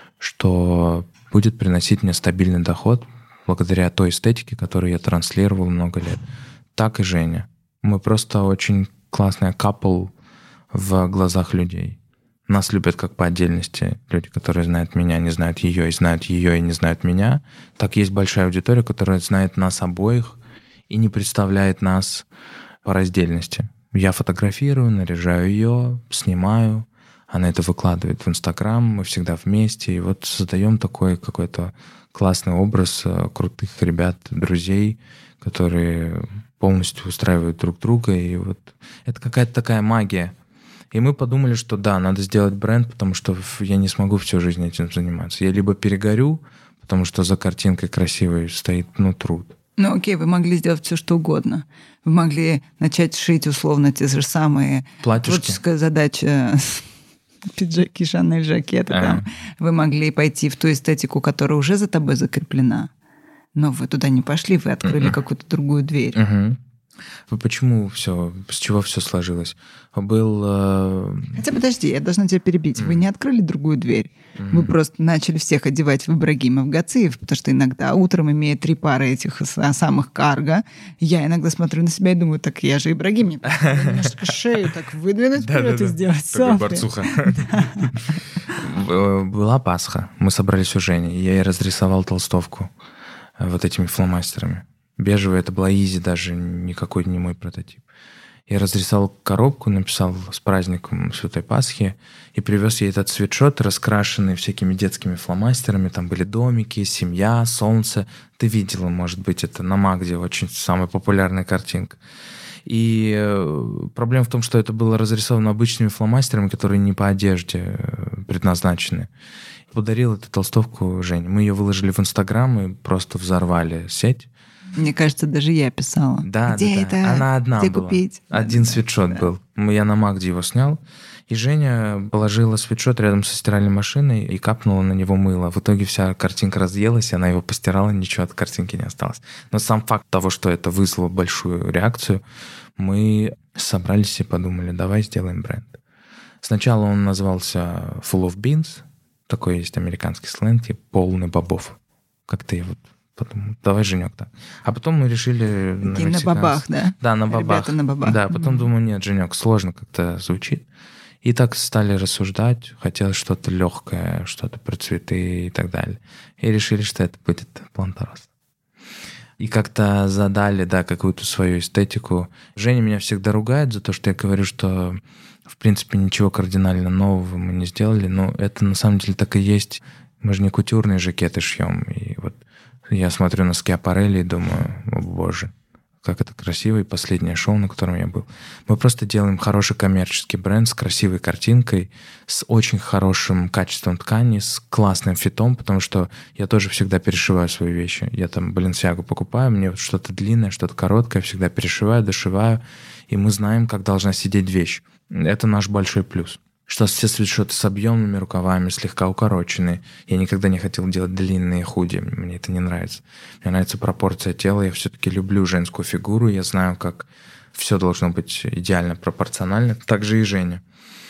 что будет приносить мне стабильный доход благодаря той эстетике, которую я транслировал много лет. Так и Женя. Мы просто очень классная капл в глазах людей. Нас любят как по отдельности. Люди, которые знают меня, не знают ее, и знают ее, и не знают меня. Так есть большая аудитория, которая знает нас обоих и не представляет нас по раздельности. Я фотографирую, наряжаю ее, снимаю, она это выкладывает в Инстаграм, мы всегда вместе, и вот создаем такой какой-то классный образ крутых ребят, друзей, которые полностью устраивают друг друга, и вот это какая-то такая магия. И мы подумали, что да, надо сделать бренд, потому что я не смогу всю жизнь этим заниматься. Я либо перегорю, потому что за картинкой красивой стоит, ну, труд. Ну окей, вы могли сделать все, что угодно. Вы могли начать шить условно те же самые... Платьишки. Творческая задача, пиджаки, Шанель, жакеты. А. Там. Вы могли пойти в ту эстетику, которая уже за тобой закреплена. Но вы туда не пошли, вы открыли uh-uh. какую-то другую дверь. Uh-huh. Вы почему все, с чего все сложилось? Был... Э... Хотя подожди, я должна тебя перебить. Mm. Вы не открыли другую дверь. Mm. Вы просто начали всех одевать в Ибрагимов Гациев, потому что иногда утром, имея три пары этих самых карго, я иногда смотрю на себя и думаю, так я же Ибрагим, мне немножко шею так выдвинуть вперед и сделать селфи. Такой борцуха. Была Пасха, мы собрались у Жени, и я ей разрисовал толстовку вот этими фломастерами. Бежевый, это была Изи, даже никакой не мой прототип. Я разрисовал коробку, написал с праздником Святой Пасхи и привез ей этот свитшот, раскрашенный всякими детскими фломастерами. Там были домики, семья, солнце. Ты видела, может быть, это на Магде, очень самая популярная картинка. И проблема в том, что это было разрисовано обычными фломастерами, которые не по одежде предназначены. Подарил эту толстовку Жене. Мы ее выложили в Инстаграм и просто взорвали сеть. Мне кажется, даже я писала. Да, где да, это? Да. Она одна где была. Купить? Один да, свитшот да. был. Я на Магде его снял. И Женя положила свитшот рядом со стиральной машиной и капнула на него мыло. В итоге вся картинка разъелась, она его постирала, ничего от картинки не осталось. Но сам факт того, что это вызвало большую реакцию, мы собрались и подумали, давай сделаем бренд. Сначала он назывался Full of Beans. Такой есть американский сленг, типа полный бобов. Как-то я вот подумал, давай, Женек, так. А потом мы решили... Такие на бабах, да? Да, на бабах. Ребята на бабах. Да, потом mm-hmm. думаю, нет, Женек, сложно как-то звучит. И так стали рассуждать, хотелось что-то легкое, что-то про цветы и так далее. И решили, что это будет Планта Роса. и как-то задали, да, какую-то свою эстетику. Женя меня всегда ругает за то, что я говорю, что, в принципе, ничего кардинально нового мы не сделали, но это на самом деле так и есть. Мы же не кутюрные жакеты шьем. И вот я смотрю на Скиапарелли и думаю, о боже, как это красиво, и последнее шоу, на котором я был. Мы просто делаем хороший коммерческий бренд с красивой картинкой, с очень хорошим качеством ткани, с классным фитом, потому что я тоже всегда перешиваю свои вещи. Я там Balenciaga покупаю, мне вот что-то длинное, что-то короткое, всегда перешиваю, дошиваю, и мы знаем, как должна сидеть вещь. Это наш большой плюс. Что все свитшоты с объемными рукавами, слегка укороченные. Я никогда не хотел делать длинные худи, мне это не нравится. Мне нравится пропорция тела, я все-таки люблю женскую фигуру, я знаю, как все должно быть идеально пропорционально. Так же и Женя.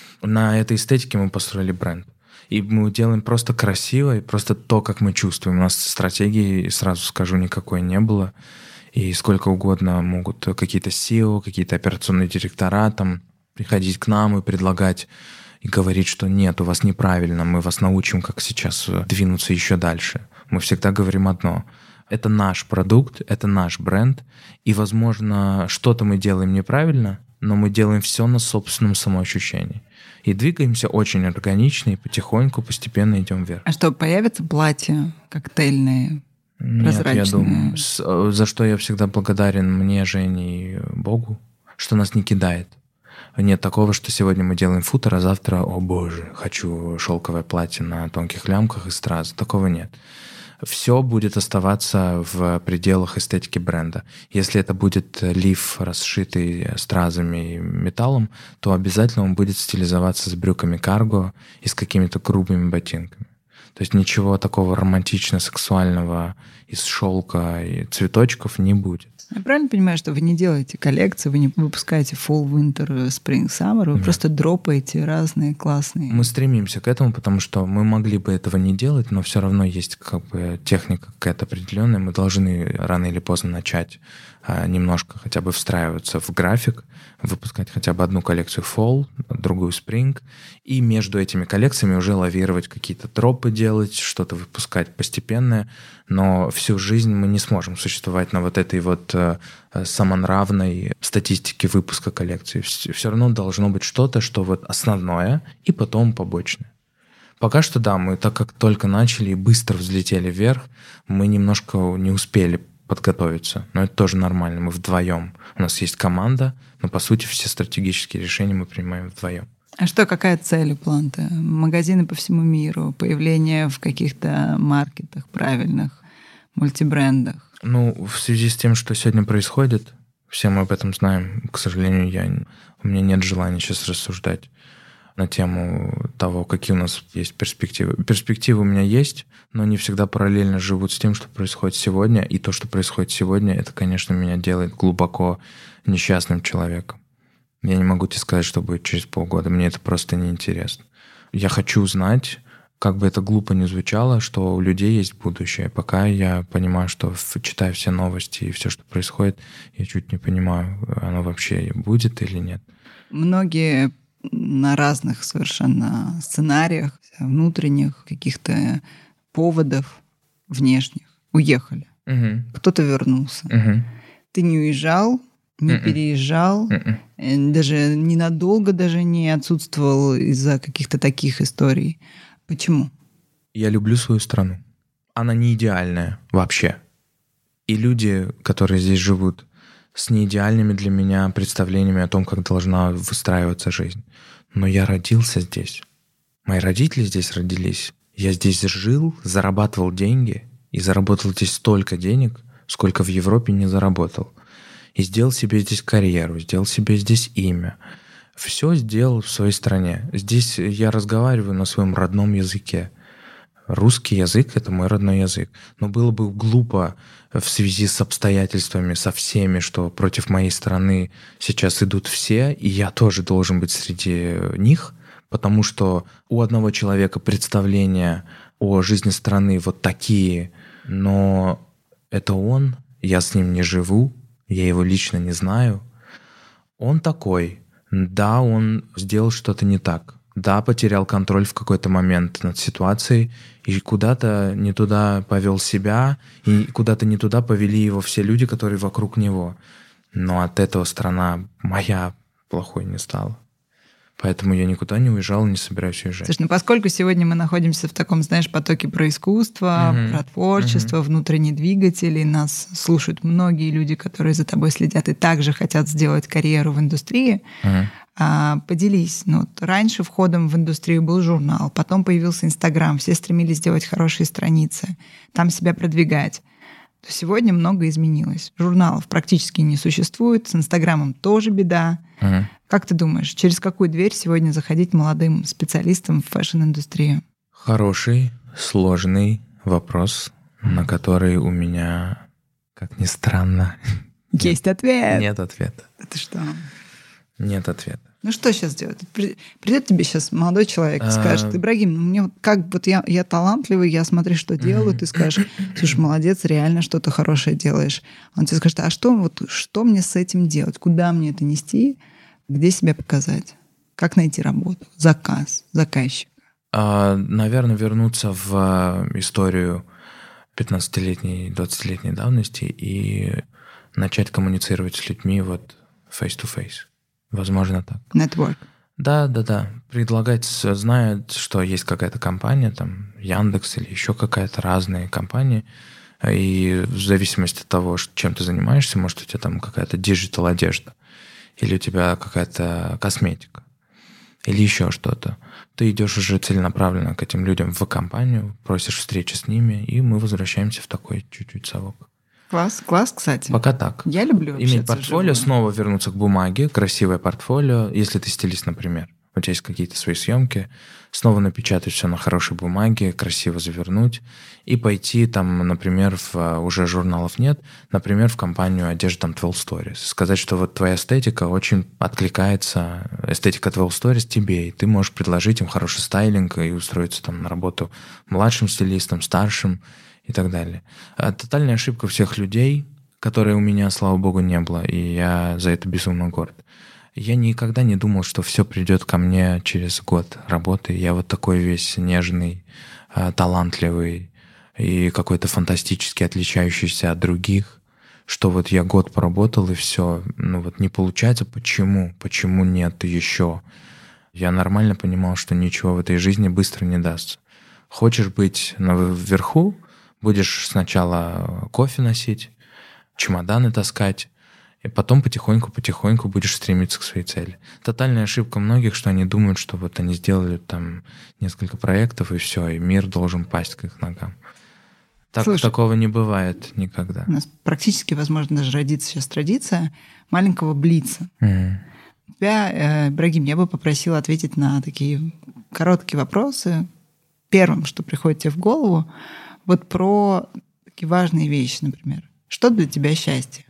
На этой эстетике мы построили бренд. И мы делаем просто красиво, и просто то, как мы чувствуем. У нас стратегии, сразу скажу, никакой не было. И сколько угодно могут какие-то си и о, какие-то операционные директора там приходить к нам и предлагать и говорить, что нет, у вас неправильно, мы вас научим, как сейчас двинуться еще дальше. Мы всегда говорим одно. Это наш продукт, это наш бренд, и, возможно, что-то мы делаем неправильно, но мы делаем все на собственном самоощущении. И двигаемся очень органично, и потихоньку, постепенно идем вверх. А что, появятся платья коктейльные, прозрачные? Нет, я думаю, за что я всегда благодарен мне, Жене и Богу, что нас не кидает. Нет такого, что сегодня мы делаем футер, а завтра, о боже, хочу шелковое платье на тонких лямках и стразы. Такого нет. Все будет оставаться в пределах эстетики бренда. Если это будет лиф, расшитый стразами и металлом, то обязательно он будет стилизоваться с брюками карго и с какими-то грубыми ботинками. То есть ничего такого романтично-сексуального из шелка и цветочков не будет. Я правильно понимаю, что вы не делаете коллекции, вы не выпускаете Fall, Winter, Spring, Summer, вы Нет. просто дропаете разные классные? Мы стремимся к этому, потому что мы могли бы этого не делать, но все равно есть как бы техника какая-то определенная. Мы должны рано или поздно начать а, немножко хотя бы встраиваться в график, выпускать хотя бы одну коллекцию Fall, другую Spring, и между этими коллекциями уже лавировать, какие-то дропы делать, что-то выпускать постепенное. Но всю жизнь мы не сможем существовать на вот этой вот э, самонравной статистике выпуска коллекции. Все равно должно быть что-то, что вот основное, и потом побочное. Пока что да, мы так как только начали и быстро взлетели вверх, мы немножко не успели подготовиться. Но это тоже нормально, мы вдвоем. У нас есть команда, но по сути все стратегические решения мы принимаем вдвоем. А что, какая цель у Планта? Магазины по всему миру, появление в каких-то маркетах правильных, мультибрендах? Ну, в связи с тем, что сегодня происходит, все мы об этом знаем. К сожалению, я, у меня нет желания сейчас рассуждать на тему того, какие у нас есть перспективы. Перспективы у меня есть, но они всегда параллельно живут с тем, что происходит сегодня. И то, что происходит сегодня, это, конечно, меня делает глубоко несчастным человеком. Я не могу тебе сказать, что будет через полгода. Мне это просто неинтересно. Я хочу знать, как бы это глупо ни звучало, что у людей есть будущее. Пока я понимаю, что, читая все новости и все, что происходит, я чуть не понимаю, оно вообще будет или нет. Многие на разных совершенно сценариях, внутренних каких-то поводов внешних уехали. Угу. Кто-то вернулся. Угу. Ты не уезжал, не Mm-mm. переезжал, Mm-mm. даже ненадолго даже не отсутствовал из-за каких-то таких историй. Почему? Я люблю свою страну. Она не идеальная вообще. И люди, которые здесь живут, с неидеальными для меня представлениями о том, как должна выстраиваться жизнь. Но я родился здесь. Мои родители здесь родились. Я здесь жил, зарабатывал деньги и заработал здесь столько денег, сколько в Европе не заработал. И сделал себе здесь карьеру, сделал себе здесь имя. Все сделал в своей стране. Здесь я разговариваю на своем родном языке. Русский язык — это мой родной язык. Но было бы глупо в связи с обстоятельствами, со всеми, что против моей страны сейчас идут все, и я тоже должен быть среди них, потому что у одного человека представления о жизни страны вот такие, но это он, я с ним не живу, я его лично не знаю. Он такой. Да, он сделал что-то не так. Да, потерял контроль в какой-то момент над ситуацией, и куда-то не туда повел себя, и куда-то не туда повели его все люди, которые вокруг него. Но от этого страна моя плохой не стала. Поэтому я никуда не уезжал, не собираюсь уезжать. Слушай, ну поскольку сегодня мы находимся в таком, знаешь, потоке про искусство, uh-huh. про творчество, uh-huh. внутренние двигатели, нас слушают многие люди, которые за тобой следят и также хотят сделать карьеру в индустрии. Uh-huh. А, поделись. Ну, вот раньше входом в индустрию был журнал, потом появился Инстаграм, все стремились делать хорошие страницы, там себя продвигать. То сегодня многое изменилось. Журналов практически не существует, с Инстаграмом тоже беда. Uh-huh. Как ты думаешь, через какую дверь сегодня заходить молодым специалистам в фэшн-индустрию? Хороший, сложный вопрос, на который у меня, как ни странно, есть нет, ответ. Нет ответа. Это что? Нет ответа. Ну что сейчас делать? Придет тебе сейчас молодой человек и скажет: Ибрагим, ну мне как вот я, я талантливый, я смотри, что делаю, ты скажешь: слушай, молодец, реально что-то хорошее делаешь. Он тебе скажет: а что, вот, что мне с этим делать? Куда мне это нести? Где себя показать? Как найти работу? Заказ, заказчика? А, наверное, вернуться в историю пятнадцатилетней, двадцатилетней давности и начать коммуницировать с людьми вот face-to-face. Возможно, так. Network. Да, да, да. Предлагать, зная, что есть какая-то компания, там Яндекс или еще какая-то разные компании, и в зависимости от того, чем ты занимаешься, может, у тебя там какая-то диджитал одежда, или у тебя какая-то косметика, или еще что-то. Ты идешь уже целенаправленно к этим людям в компанию, просишь встречи с ними, и мы возвращаемся в такой чуть-чуть совок. Класс, класс, кстати. Пока так. Я люблю иметь портфолио, живую. Снова вернуться к бумаге, красивое портфолио. Если ты стилист, например, у тебя есть какие-то свои съемки, снова напечатать все на хорошей бумаге, красиво завернуть и пойти там, например, в, уже журналов нет, например, в компанию одежды там twelve stories. Сказать, что вот твоя эстетика очень откликается, эстетика twelve stories тебе, и ты можешь предложить им хороший стайлинг и устроиться там на работу младшим стилистом, старшим, и так далее. Тотальная ошибка всех людей, которой у меня, слава богу, не было, и я за это безумно горд. Я никогда не думал, что все придет ко мне через год работы. Я вот такой весь нежный, талантливый и какой-то фантастически отличающийся от других, что вот я год поработал, и все, ну вот не получается. Почему? Почему нет еще? Я нормально понимал, что ничего в этой жизни быстро не дастся. Хочешь быть наверху, будешь сначала кофе носить, чемоданы таскать, и потом потихоньку-потихоньку будешь стремиться к своей цели. Тотальная ошибка многих, что они думают, что вот они сделали там несколько проектов, и все, и мир должен пасть к их ногам. Так, Слушай, такого не бывает никогда. У нас практически, возможно, даже родится сейчас традиция маленького блица. Mm. Тебя, Ибрагим, я бы попросила ответить на такие короткие вопросы. Первым, что приходит тебе в голову, вот про такие важные вещи, например. Что для тебя счастье?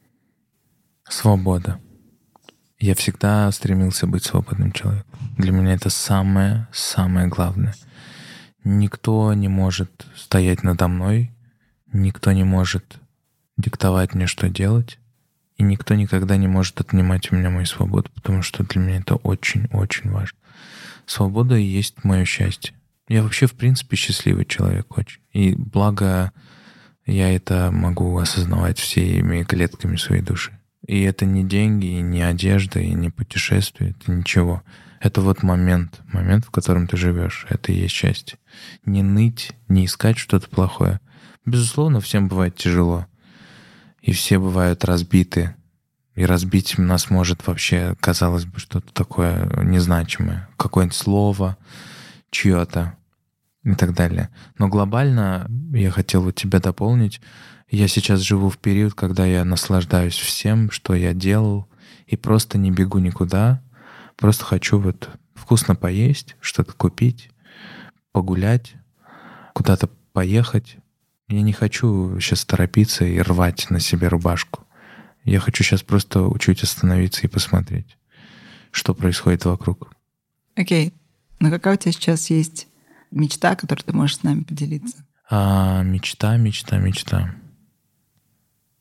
Свобода. Я всегда стремился быть свободным человеком. Для меня это самое-самое главное. Никто не может стоять надо мной, никто не может диктовать мне, что делать, и никто никогда не может отнимать у меня мою свободу, потому что для меня это очень-очень важно. Свобода и есть мое счастье. Я вообще, в принципе, счастливый человек очень. И благо я это могу осознавать всеми клетками своей души. И это не деньги, и не одежда, и не путешествие, это ничего. Это вот момент, момент, в котором ты живешь. Это и есть счастье. Не ныть, не искать что-то плохое. Безусловно, всем бывает тяжело. И все бывают разбиты. И разбить нас может вообще, казалось бы, что-то такое незначимое. Какое-нибудь слово, чье-то. И так далее. Но глобально я хотел вот тебя дополнить. Я сейчас живу в период, когда я наслаждаюсь всем, что я делал, и просто не бегу никуда. Просто хочу вот вкусно поесть, что-то купить, погулять, куда-то поехать. Я не хочу сейчас торопиться и рвать на себе рубашку. Я хочу сейчас просто чуть остановиться и посмотреть, что происходит вокруг. Окей. Okay. Но какая у тебя сейчас есть мечта, которой ты можешь с нами поделиться? А, мечта, мечта, мечта.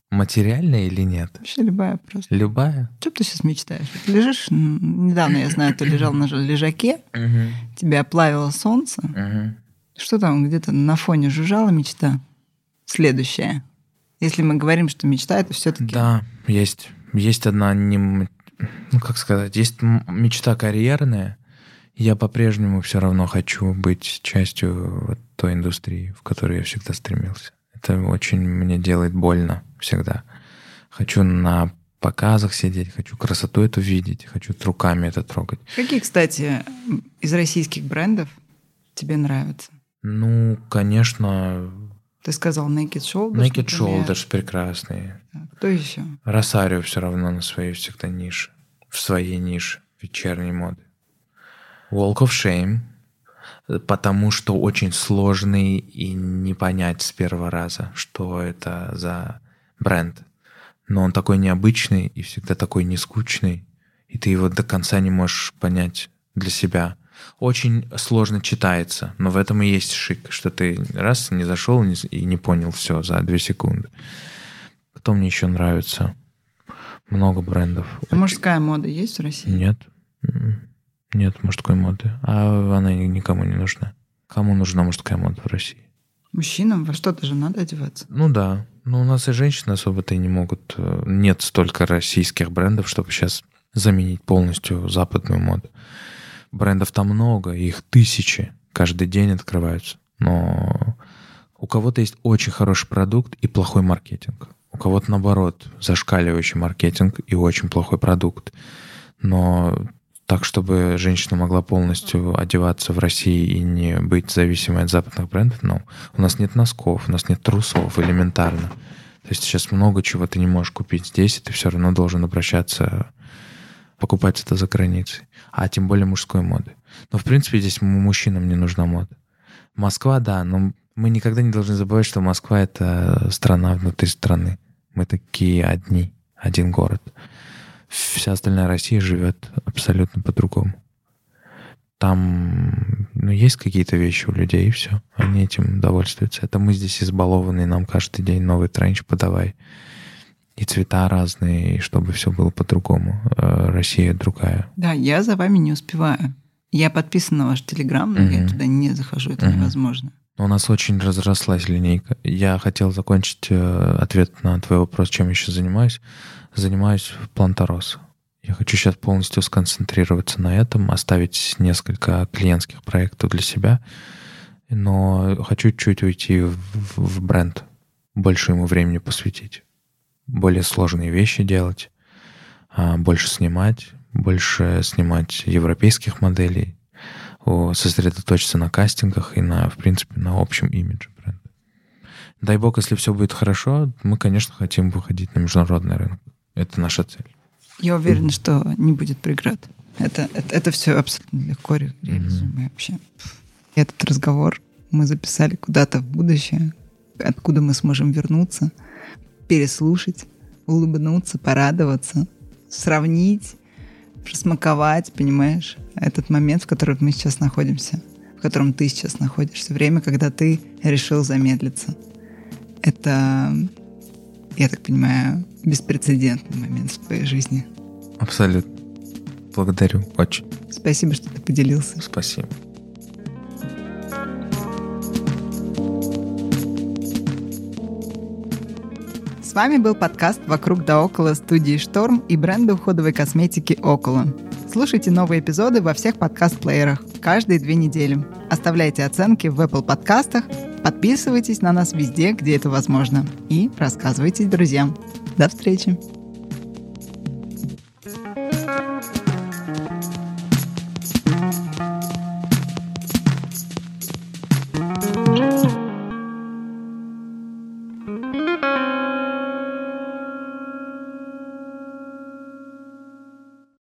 Материальная или нет? Вообще любая просто. Любая? Что ты сейчас мечтаешь? Ты лежишь, недавно, я знаю, ты лежал на лежаке, тебя плавило солнце. Что там где-то на фоне жужжала мечта? Следующая. Если мы говорим, что мечта, это все-таки... Да, есть. Есть одна, не, ну как сказать, есть мечта карьерная. Я по-прежнему все равно хочу быть частью вот той индустрии, в которую я всегда стремился. Это очень мне делает больно всегда. Хочу на показах сидеть, хочу красоту эту видеть, хочу руками это трогать. Какие, кстати, из российских брендов тебе нравятся? Ну, конечно... Ты сказал Naked Shoulders. Naked Shoulders прекрасные. Так, кто еще? Росарио все равно на своей всегда нише. В своей нише вечерней моды. Walk of Shame, потому что очень сложный и не понять с первого раза, что это за бренд. Но он такой необычный и всегда такой нескучный, и ты его до конца не можешь понять для себя. Очень сложно читается, но в этом и есть шик, что ты раз не зашел и не понял все за две секунды. Кто мне еще нравится? Много брендов. А мужская мода есть в России? Нет. Нет мужской моды. А она никому не нужна. Кому нужна мужская мода в России? Мужчинам во что-то же надо одеваться. Ну да. Но у нас и женщины особо-то и не могут. Нет столько российских брендов, чтобы сейчас заменить полностью западную моду. Брендов там много, их тысячи. Каждый день открываются. Но у кого-то есть очень хороший продукт и плохой маркетинг. У кого-то, наоборот, зашкаливающий маркетинг и очень плохой продукт. Но так, чтобы женщина могла полностью одеваться в России и не быть зависимой от западных брендов, ну, у нас нет носков, у нас нет трусов элементарно. То есть сейчас много чего ты не можешь купить здесь, и ты все равно должен обращаться, покупать это за границей. А тем более мужской моды. Но, в принципе, здесь мужчинам не нужна мода. Москва, да, но мы никогда не должны забывать, что Москва — это страна внутри страны. Мы такие одни, один город. Вся остальная Россия живет абсолютно по-другому. Там, ну, есть какие-то вещи у людей, и все. Они этим довольствуются. Это мы здесь избалованные, нам каждый день новый тренч подавай. И цвета разные, и чтобы все было по-другому. Россия другая. Да, я за вами не успеваю. Я подписана на ваш Телеграм, но mm-hmm. я туда не захожу, это mm-hmm. невозможно. У нас очень разрослась линейка. Я хотел закончить ответ на твой вопрос, чем еще занимаюсь. Занимаюсь в Планта-Росса. Я хочу сейчас полностью сконцентрироваться на этом, оставить несколько клиентских проектов для себя, но хочу чуть уйти в, в бренд, больше ему времени посвятить, более сложные вещи делать, больше снимать, больше снимать европейских моделей, сосредоточиться на кастингах и на, в принципе, на общем имидже бренда. Дай бог, если все будет хорошо, мы, конечно, хотим выходить на международный рынок. Это наша цель. Я уверена, что не будет преград. Это, это, это все абсолютно легко реализуемо mm-hmm. вообще. Этот разговор мы записали куда-то в будущее, откуда мы сможем вернуться, переслушать, улыбнуться, порадоваться, сравнить, просмаковать, понимаешь, этот момент, в котором мы сейчас находимся, в котором ты сейчас находишься, время, когда ты решил замедлиться. Это, я так понимаю, беспрецедентный момент в твоей жизни. Абсолютно. Благодарю очень. Спасибо, что ты поделился. Спасибо. С вами был подкаст «Вокруг да около» студии «Шторм» и бренда уходовой косметики «Около». Слушайте новые эпизоды во всех подкаст-плеерах каждые две недели. Оставляйте оценки в Apple подкастах, подписывайтесь на нас везде, где это возможно, и рассказывайте друзьям. До встречи!